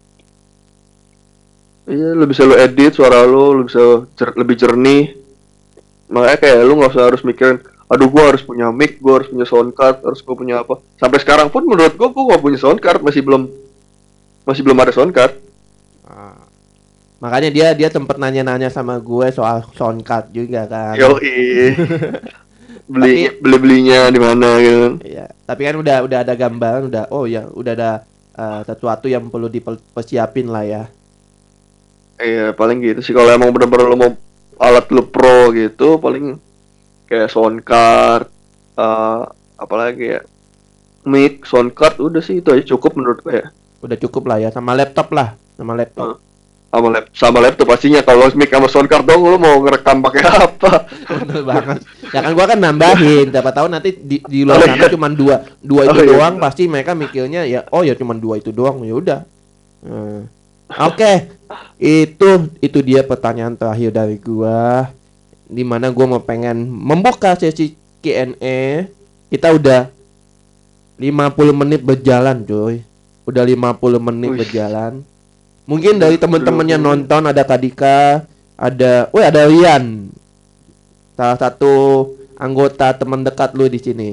Iya, lu bisa lu edit suara lu, lu bisa jer- lebih jernih. Makanya kayak lu nggak usah harus mikirin, aduh gua harus punya mic, gua harus punya sound card, harus gua punya apa. Sampai sekarang pun menurut gua gua nggak punya sound card, masih belum masih belum ada sound card. Ah. Makanya dia dia tempat nanya-nanya sama gue soal sound card juga kan. Yoi. beli beli belinya di mana gitu. Iya, tapi kan udah udah ada gambaran, udah oh ya udah ada uh, sesuatu yang perlu dipersiapin lah ya. Iya, paling gitu sih kalau emang bener-bener lo mau alat lu pro gitu, paling kayak sound card, uh, apalagi ya, mic, sound card, udah sih itu aja cukup menurut gue ya. Udah cukup lah ya, sama laptop lah, sama laptop. Uh. Sama, lap, sama laptop pastinya. Kalau mic sama sound card dong lu mau ngerekam pakai apa? Bener banget. Ya kan gua kan nambahin, siapa tahu nanti di, di luar sana oh, iya. cuma dua dua itu oh, doang, iya. Pasti mereka mikirnya ya oh ya cuma dua itu doang, ya udah. Hmm. Oke. Okay. Itu itu dia pertanyaan terakhir dari gua. Dimana gua mau pengen membuka sesi Q and A. Kita udah lima puluh menit berjalan, coy. Udah lima puluh menit Uish. berjalan. Mungkin dari teman-teman yang nonton ada Kadika, ada, woi ada Rian, salah satu anggota teman dekat lu di sini.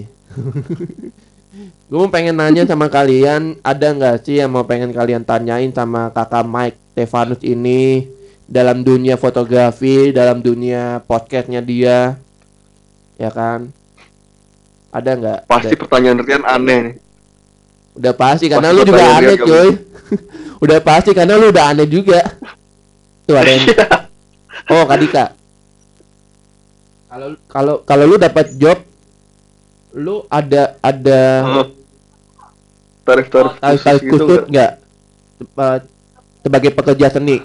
Gue mau pengen nanya sama kalian, ada nggak sih yang mau pengen kalian tanyain sama kakak Mike Stefanus ini dalam dunia fotografi, dalam dunia podcastnya dia, ya kan? Ada nggak? Pasti ada. Pertanyaan Rian aneh nih. Udah pasti karena pasti lu juga aneh, coy. Udah pasti karena lu udah aneh juga. Tuh ada yang... Oh, Kadika. Kalau kalau kalau lu dapat job, lu ada ada uh, tarif-tarif oh, tarif, tarif khusus gitu enggak? Uh, sebagai pekerja seni.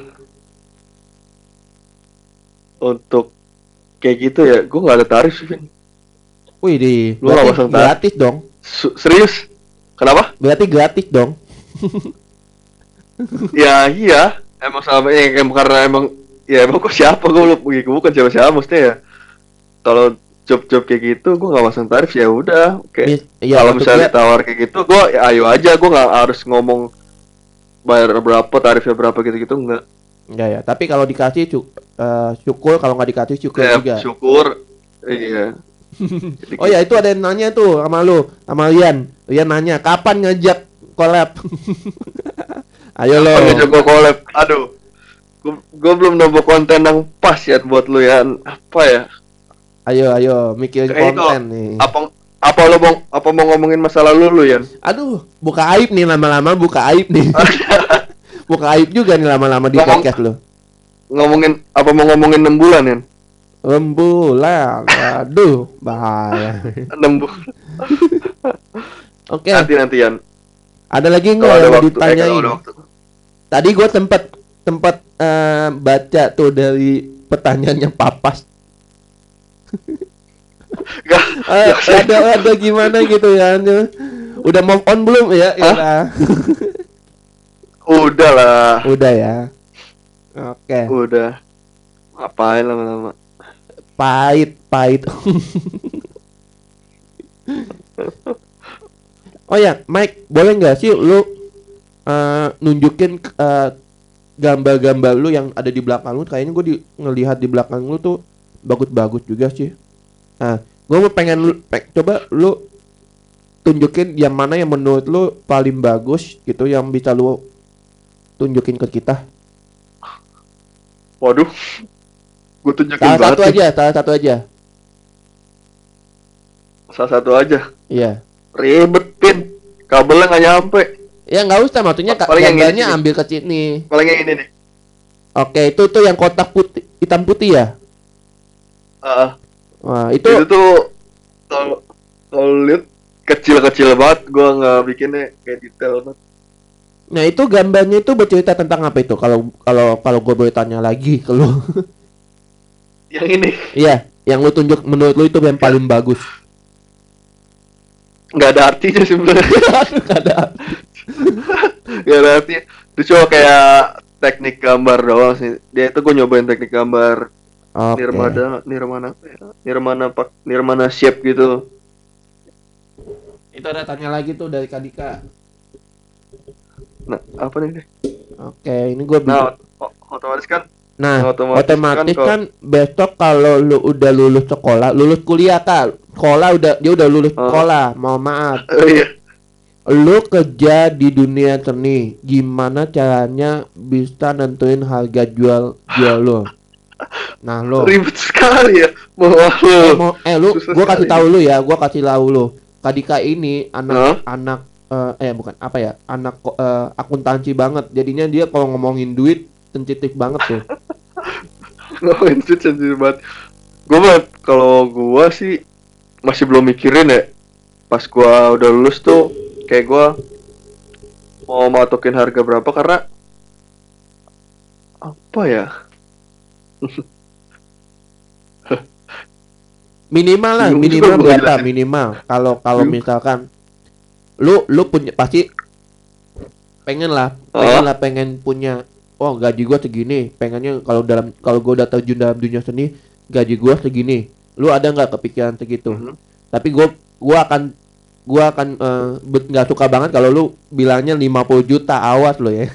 Untuk kayak gitu ya, gua enggak ada tarif sih, Vin. Wih, di lu gratis dong. Su- serius? Kenapa? Berarti gratis dong. Ya iya, emang sama ya, karena emang ya emang kok siapa gue gue bukan siapa siapa mesti ya. Kalau job-job kayak gitu gue nggak masang tarif ya udah. Kayak ya, kalau misalnya ditawar kayak gitu gue ya ayo aja, gue nggak harus ngomong bayar berapa tarifnya berapa gitu-gitu enggak. Enggak ya, tapi kalau dikasih cu- uh, syukur, kalau nggak dikasih syukur ya, juga. Syukur, iya. Oh ya itu ada yang nanya tuh sama lu, sama Rian. Rian nanya kapan ngajak collab. Ayo lo. Ngajak gua collab. Aduh. Gua, gua belum nemu konten yang pas ya buat lu ya. Apa ya? Ayo ayo mikirin kayak konten itu, nih. Apa apa lo mau apa mau ngomongin masa lalu lu ya? Aduh, buka aib nih lama-lama buka aib nih. Buka aib juga nih lama-lama di Ngomong, podcast lu. Ngomongin apa mau ngomongin enam bulan ya? enam bulan. Aduh, bahaya. enam bulan. Oke. Okay. Nanti-nantian. Ada lagi nggak yang mau ditanyain? Eh, Tadi gue tempat tempat uh, baca tuh dari pertanyaannya Papas. Gak, uh, ada ada gimana gitu ya? Udah move on belum ya? Ya. Udah lah. Udah ya. Oke. Okay. Udah. Ngapain lama-lama? Pahit, pahit. Oh ya, Mike, boleh nggak sih lu uh, nunjukin uh, gambar-gambar lu yang ada di belakang lu? Kayaknya gue di, ngelihat di belakang lu tuh bagus-bagus juga sih. Nah, gue mau pengen lu, pe- coba lu tunjukin yang mana yang menurut lu paling bagus gitu yang bisa lu tunjukin ke kita. Waduh, gue tunjukin Salah banget satu nih. aja, salah satu aja. Salah satu aja. Iya. Ribet pin, kabelnya nggak nyampe. Ya nggak usah, maksudnya ka- Paling yang ini gambarnya sih. ambil ke sini. Paling yang ini nih. Oke, itu tuh yang kotak putih, hitam putih ya. Ah, Wah, itu, itu tuh kalau kalau lihat kecil-kecil banget, gue nggak bikinnya kayak detail banget. nah itu gambarnya itu bercerita tentang apa itu? Kalau kalau kalau gue boleh tanya lagi ke lu. Yang ini Iya, yang lu tunjuk menurut lu itu yang paling bagus. nggak ada artinya sih sebenarnya. Nggak ada. Nggak ada artinya. Itu cuma kayak teknik gambar doang sih. Dia itu gue nyobain teknik gambar Oke. Nirmana, Nirmana, apa ya? Nirmana pak, Nirmana shape gitu. Itu ada tanya lagi tuh dari Kadika. Nah, apa nih? Oke, ini gue Nah, o- otomatis kan, Nah, otomatis, otomatis kan, kan besok kalau lu udah lulus sekolah, lulus kuliah kak, sekolah udah dia udah lulus Oh. sekolah, mau maaf, kalau, oh iya, lu kerja di dunia seni, gimana caranya bisa nentuin harga jual jual lu? Nah lo, ribet sekali ya, mau eh, mau, eh lu, Susah gua kasih sekali. tahu lu ya, gua kasih tahu lu, Kadika ini anak Hah? anak eh, eh bukan apa ya, anak ko- eh, akuntansi banget, jadinya dia kalau ngomongin duit sensitif banget tuh. Ngomongin sih sensitif banget. Gue mah kalau gue sih masih belum mikirin ya. Pas gue udah lulus tuh, kayak gue mau matokin harga berapa karena apa ya? Minimal lah, Bingung minimal juga gua berapa jelasin. minimal. Kalau kalau Bingung. misalkan lu lu punya pasti pengen lah, pengen Ah. lah pengen punya. Oh gaji gua segini, pengennya kalau dalam kalau gua udah terjun dalam dunia seni, gaji gua segini. Lu ada nggak kepikiran segitu? Mhm. Tapi gua gua akan gua akan eh, bet- nggak suka banget kalau lu bilangnya lima puluh juta, awas lo ya.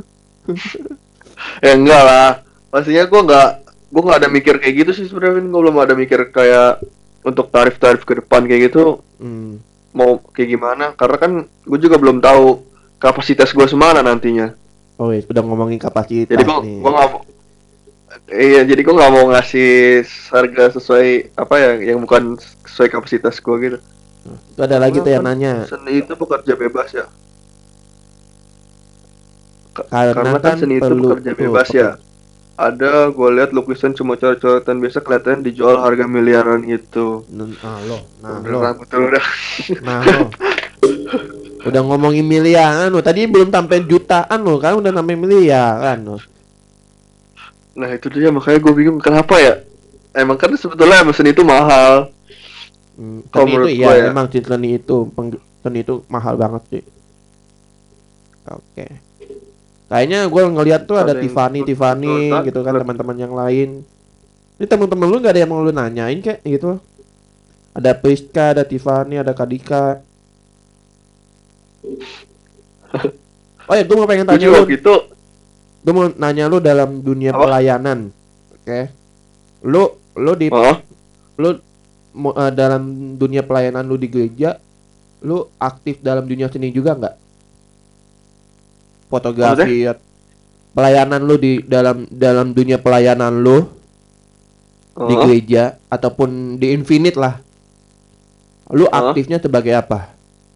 Ya enggak lah. Pastinya gue nggak, gue nggak ada mikir kayak gitu sih sebenarnya. Gue belum ada mikir kayak untuk tarif-tarif ke depan kayak gitu Hmm. mau kayak gimana. Karena kan gue juga belum tahu kapasitas gue semana nantinya. Oh iya, udah ngomongin kapasitas Jadi gue nih. gue nggak mau, iya jadi gue nggak mau ngasih harga sesuai apa ya yang bukan sesuai kapasitas gue gitu. Itu ada lagi tuh yang Karena kan nanya. seni itu pekerja bebas ya. Ka- Karena Karena kan kan seni itu perlu pekerja tuh, bebas ya. Ada gue lihat lukisan cuma coret-coretan biasa kelihatan dijual harga miliaran gitu. Nah lo, nah lo, Beneran betul udah. nah lo. Udah ngomongin miliaran lo. Tadi belum sampai jutaan lo, kan udah sampai miliaran lo. Nah itu dia makanya gue bingung kenapa ya. Emang kan sebetulnya emang seni itu mahal. Hmm, Kalau seni itu menurut iya, gua ya. memang sih seni itu peng- seni itu mahal banget sih. Oke. Kayaknya gue ngeliat tuh ada, Ada yang Tiffany, betul- Tiffany betul- gitu kan, betul. teman-teman yang lain. Ini teman-teman lu nggak ada yang mau lu nanyain kayak gitu? Ada Priska, ada Tiffany, ada Kadika. Oh ya, gue mau pengen Gue tanya juga lu, gitu. gue mau nanya lu dalam dunia Apa? pelayanan, oke? Lu, lu di, Oh, lu mo- eh, dalam dunia pelayanan lu di gereja, lu aktif dalam dunia seni juga nggak? Fotografi, pelayanan lu di dalam dalam dunia pelayanan lu di oh. gereja ataupun di Infinite lah, lu Hah? aktifnya sebagai apa?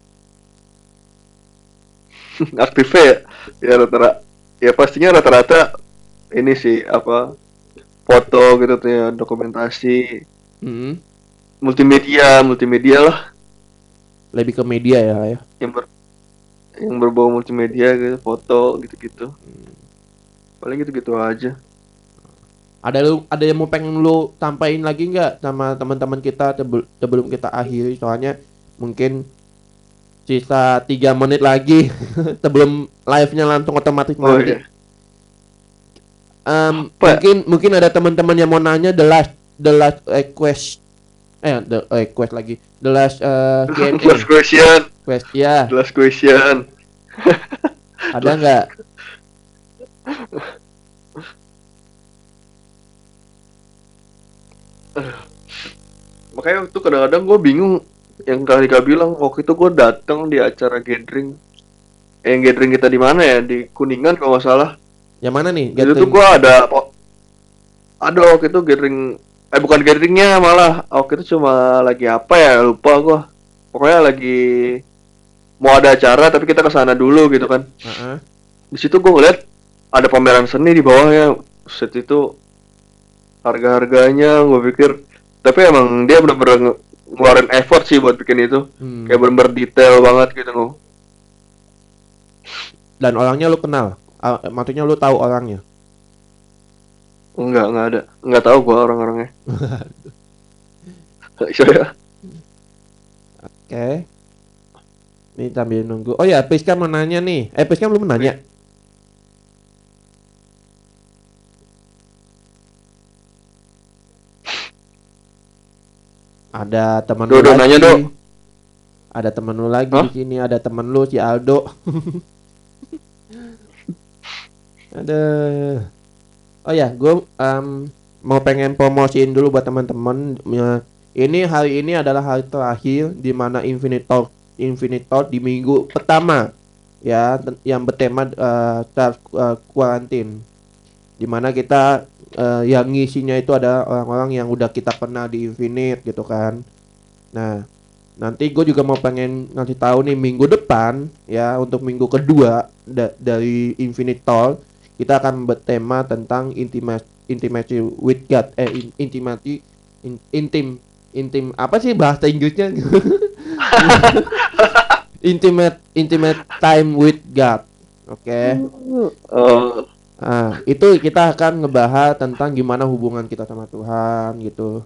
Aktifnya ya, ya rata-rata. Ya pastinya rata-rata ini sih apa foto gitu tuh ya, dokumentasi, Hmm, multimedia, multimedia lah lebih ke media ya ya. yang ber yang berbau multimedia gitu, foto gitu-gitu. Paling gitu-gitu aja. Ada lu ada yang mau pengen lu sampaikan lagi nggak sama teman-teman kita sebel- sebelum kita akhiri, soalnya mungkin sisa tiga menit lagi sebelum live-nya langsung otomatis Oh mati. iya. Em, Apa ya? mungkin mungkin ada teman-teman yang mau nanya the last the last request eh the request lagi the last eh, Q and A Last question, quest ya last question. ada nggak? Makanya tuh kadang-kadang gue bingung, yang kali Kak bilang waktu itu gue datang di acara gathering, eh, yang gathering kita di mana ya, di Kuningan kalau nggak salah. Yang mana nih Itu tuh gathering? gue ada ada waktu itu gathering, eh bukan gatheringnya, malah waktu itu cuma lagi apa ya, lupa gue. Pokoknya lagi mau ada acara tapi kita kesana dulu gitu kan. Uh-uh. Di situ gue ngeliat ada pameran seni di bawahnya. Set itu harga-harganya gue pikir, tapi emang dia bener-bener ngeluarin effort sih buat bikin itu. Hmm. Kayak bener-bener detail banget gitu loh. Dan orangnya lu kenal? Uh, maksudnya lu tahu orangnya? Enggak, enggak ada. Enggak tahu gua orang-orangnya. Saya. Oke. Ini sambil nunggu. Oh ya, Priska mau nanya nih. Eh, Priska belum nanya. Ada teman lu Dodo lagi. nanya, Dok. Ada teman lu lagi Hah? di sini. Ada teman lu si Aldo. Ada. Oh ya, gue um, mau pengen promosiin dulu buat teman-teman. Ya, ini hari ini adalah hari terakhir di mana Infinite Talk Infinite Talk di minggu pertama ya, yang bertema uh, self uh, quarantine. Di mana kita uh, yang ngisinya itu ada orang-orang yang udah kita kenal di Infinite gitu kan. Nah, nanti gue juga mau pengen ngasih tahu nih minggu depan ya, untuk minggu kedua da- dari Infinite Talk kita akan bertema tentang intimacy intimacy with God, eh in, intimacy in, intim intim apa sih bahasa Inggrisnya? intimate intimate time with God. Oke. Okay? Oh. Nah, itu kita akan ngebahas tentang gimana hubungan kita sama Tuhan gitu.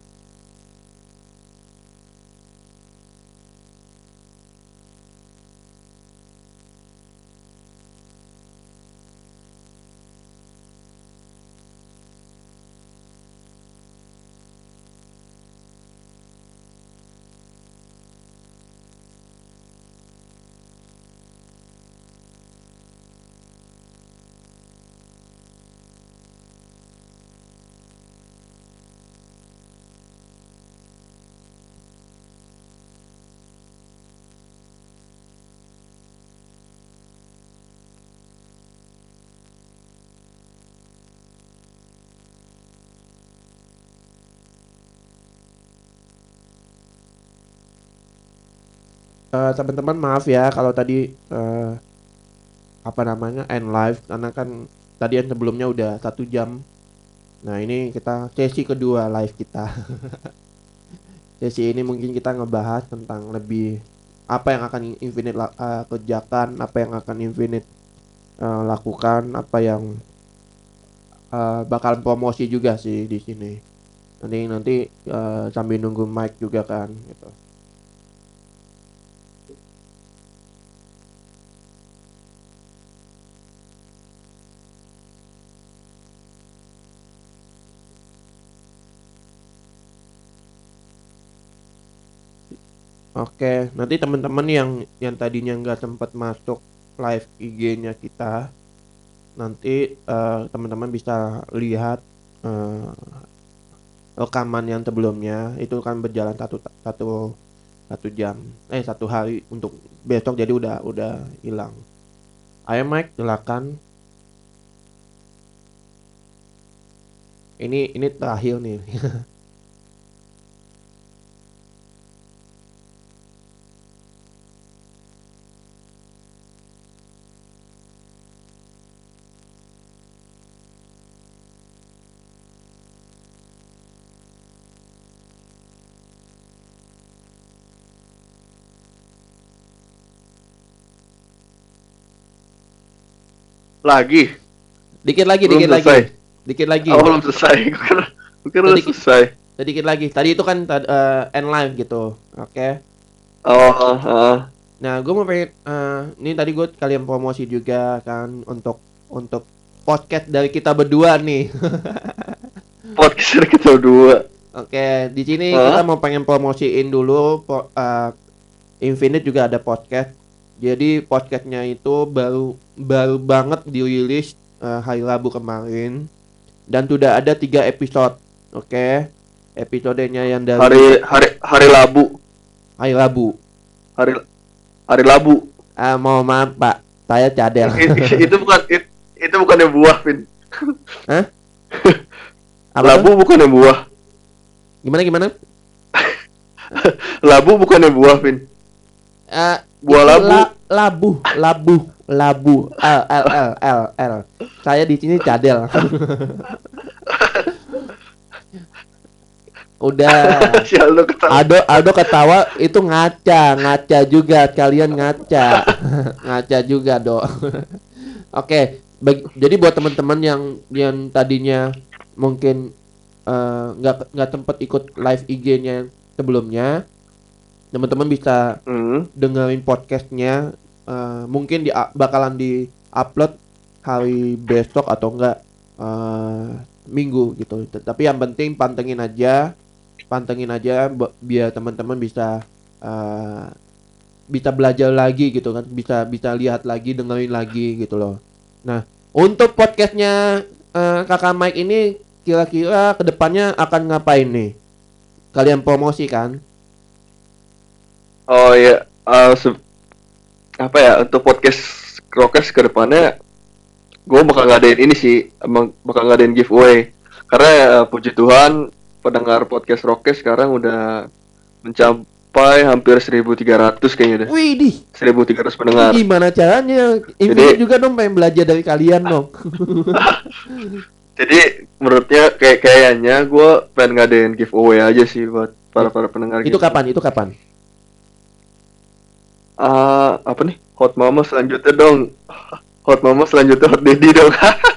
Uh, teman-teman maaf ya kalau tadi uh, apa namanya end live, karena kan tadi yang sebelumnya udah satu jam. Nah ini kita sesi kedua live kita. Sesi ini mungkin kita ngebahas tentang lebih apa yang akan Infinite uh, kerjakan, apa yang akan Infinite uh, lakukan, apa yang uh, bakal promosi juga sih di sini. Nanti nanti uh, sambil nunggu mic juga kan gitu. Oke, nanti teman-teman yang yang tadinya nggak sempat masuk live I G-nya kita, nanti uh, teman-teman bisa lihat uh, rekaman yang sebelumnya itu kan berjalan satu satu satu jam, eh satu hari untuk besok, jadi udah udah hilang. Ayo Mike, silakan. Ini ini terakhir nih. Lagi. Dikit lagi, belum dikit selesai. lagi. Dikit lagi. Oh, belum selesai. Gue kira, gue kira udah selesai. Sedikit lagi. Tadi itu kan uh, end live gitu. Oke. Okay. Oh, uh, uh. Nah, gue mau pengen uh, ini tadi gue kalian promosi juga kan untuk untuk podcast dari kita berdua nih. Podcast dari kita berdua. Oke, okay, di sini uh? kita mau pengen promosiin dulu uh, Infinite juga ada podcast. Jadi podcastnya itu baru baru banget dirilis uh, hari Rabu kemarin dan sudah ada tiga episode. Oke. Okay? episodenya yang dari hari hari hari Rabu. Hari Rabu. Hari hari Rabu. Ah, mau maaf Pak, saya cadel. itu bukan it, itu bukan yang buah, Vin. Hah? Labu bukan yang buah. Gimana gimana? Labu bukan yang buah, Vin. Uh, buah labu. La, labu, labu, labu. L L L L L. Saya di sini cadel. Udah. Aldo Aldo ketawa itu ngaca, ngaca juga, kalian ngaca. Ngaca juga, Do. Oke, bagi, jadi buat teman-teman yang yang tadinya mungkin nggak uh, nggak tempat ikut live I G-nya sebelumnya, teman-teman bisa mm. dengerin podcastnya. Uh, mungkin di bakalan di upload hari besok atau enggak uh, minggu gitu. Tapi yang penting pantengin aja. Pantengin aja biar teman-teman bisa uh, bisa belajar lagi gitu kan, bisa bisa lihat lagi, dengerin lagi gitu loh. Nah, untuk podcastnya uh, Kakak Mike ini kira-kira kedepannya akan ngapain nih? Kalian promosi kan? Oh ya, uh, se- apa ya untuk podcast Rokes kedepannya, gue bakal ngadain ini sih, emang bakal ngadain giveaway. Karena ya, puji Tuhan pendengar podcast Rokes sekarang udah mencapai hampir seribu tiga ratus kayaknya deh. Wih, di seribu tiga ratus pendengar. Gimana caranya? Ini juga dong pengen belajar dari kalian dong. Jadi menurutnya kayak kayaknya gue pengen ngadain giveaway aja sih buat para para pendengar. Itu gitu. Kapan? Itu kapan? Ah, uh, apa nih? Hot Mama selanjutnya dong. Hot Mama selanjutnya Hot Daddy dong.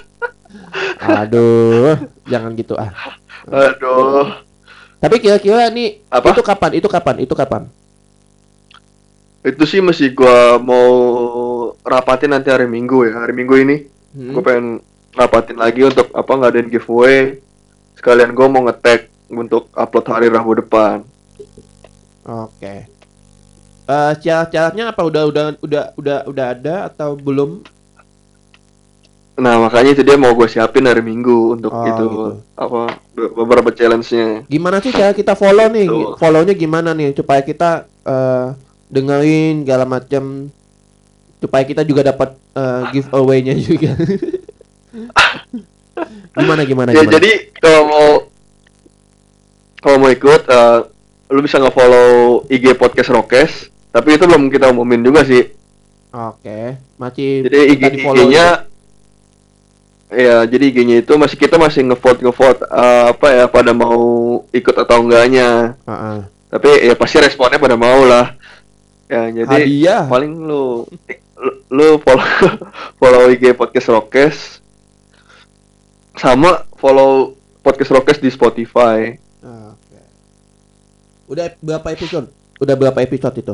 Aduh, jangan gitu ah. Aduh. Tapi kira-kira nih apa? Itu kapan? Itu kapan? Itu kapan? Itu sih masih gua mau rapatin nanti hari Minggu ya. Hari Minggu ini hmm. gua pengen rapatin lagi untuk apa ngadain giveaway. Sekalian gua mau nge-tag untuk upload hari Rabu depan. Oke. Okay. Uh, syarat-syaratnya apa udah udah udah udah udah ada atau belum? Nah makanya itu dia mau gue siapin hari Minggu untuk oh, itu gitu. Apa beberapa challenge-nya. Gimana sih cara kita follow nih? Gitu. Follow-nya gimana nih supaya kita uh, dengerin segala macam, supaya kita juga dapat uh, giveaway-nya juga. gimana gimana? Ya gimana? Jadi kalau mau kalau mau ikut, uh, lu bisa nge-follow I G podcast Rokes, tapi itu belum kita umumin juga sih. Oke, masih. Jadi I G-nya ya, jadi I G-nya itu masih kita masih ngevote ngevote uh, apa ya pada mau ikut atau enggaknya. Uh-uh. Tapi ya pasti responnya pada mau lah. Ya jadi hadiah. Paling lu lu, lu follow follow I G podcast Rokes sama follow podcast Rokes di Spotify. Oke. Okay. Udah berapa episode? Udah berapa episode itu?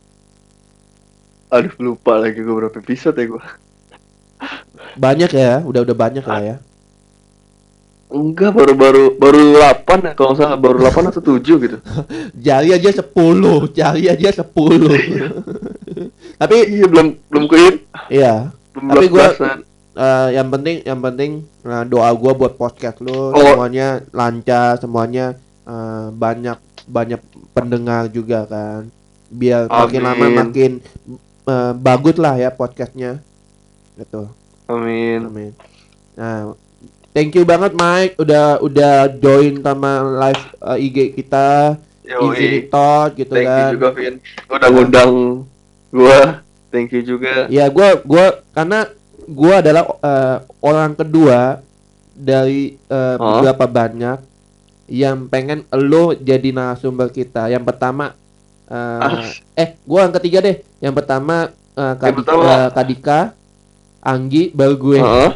Aduh lupa lagi gue berapa episode ya gue. Banyak ya, udah udah banyak lah ya. Enggak, baru-baru baru delapan ya kalau nggak salah, baru delapan atau tujuh gitu. Jari aja sepuluh, jari aja sepuluh. Tapi iya belum belum kuit. Iya. Belum tapi gua uh, yang penting yang penting uh, doa gua buat podcast lu oh. semuanya lancar, semuanya uh, banyak banyak pendengar juga kan. Biar Amin. makin lama makin uh, bagus lah ya podcastnya. Gitu. Amin. Amin. Nah, thank you banget Mike udah udah join sama live uh, I G kita Infinity Talk gitu thank kan. Thank you juga Vin. Udah ngundang gua. Thank you juga. Ya, gua gua karena gua adalah uh, orang kedua dari uh, huh? beberapa banyak yang pengen lo jadi narasumber kita. Yang pertama uh, ah. eh gua yang ketiga deh. Yang pertama uh, Kadika, uh, Kadika Anggi baru gue. Uh-huh.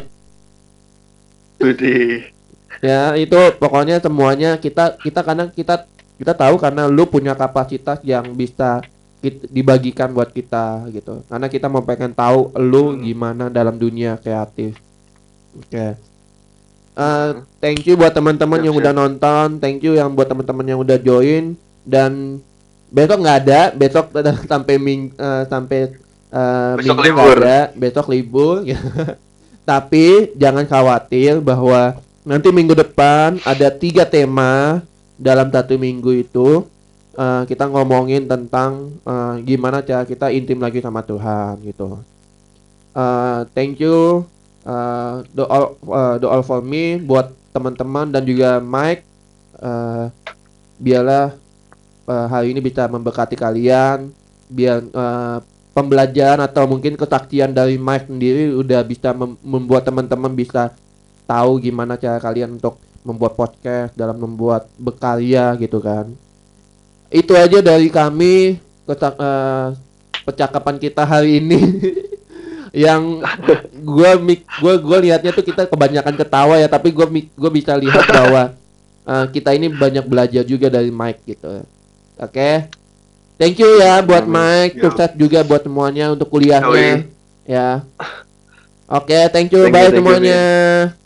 Ya itu pokoknya semuanya kita kita karena kita kita tahu karena lu punya kapasitas yang bisa kita, dibagikan buat kita gitu. Karena kita mau pengen tahu lu gimana dalam dunia kreatif. Oke. Okay. Uh, thank you buat teman-teman yang siap. Udah nonton, thank you yang buat teman-teman yang udah join dan besok nggak ada, besok sampai ming uh, sampai Uh, besok minggu libur. Ada, besok libur. Tapi jangan khawatir bahwa nanti minggu depan ada tiga tema dalam satu minggu itu uh, kita ngomongin tentang uh, gimana cara kita intim lagi sama Tuhan gitu. Uh, thank you uh, the all uh, the all for me buat teman-teman dan juga Mike. Uh, biarlah uh, hari ini bisa memberkati kalian, biar uh, pembelajaran atau mungkin kesaksian dari Mike sendiri udah bisa mem- membuat teman-teman bisa tahu gimana cara kalian untuk membuat podcast, dalam membuat berkarya gitu kan. Itu aja dari kami kesak- uh, percakapan kita hari ini. Yang gue gue gue lihatnya tuh kita kebanyakan ketawa ya, tapi gue gue bisa lihat bahwa uh, kita ini banyak belajar juga dari Mike gitu. Oke, okay? Thank you ya buat Mike, sukses juga buat semuanya untuk kuliahnya. Ya, oke, okay, thank you, thank bye you, semuanya. You,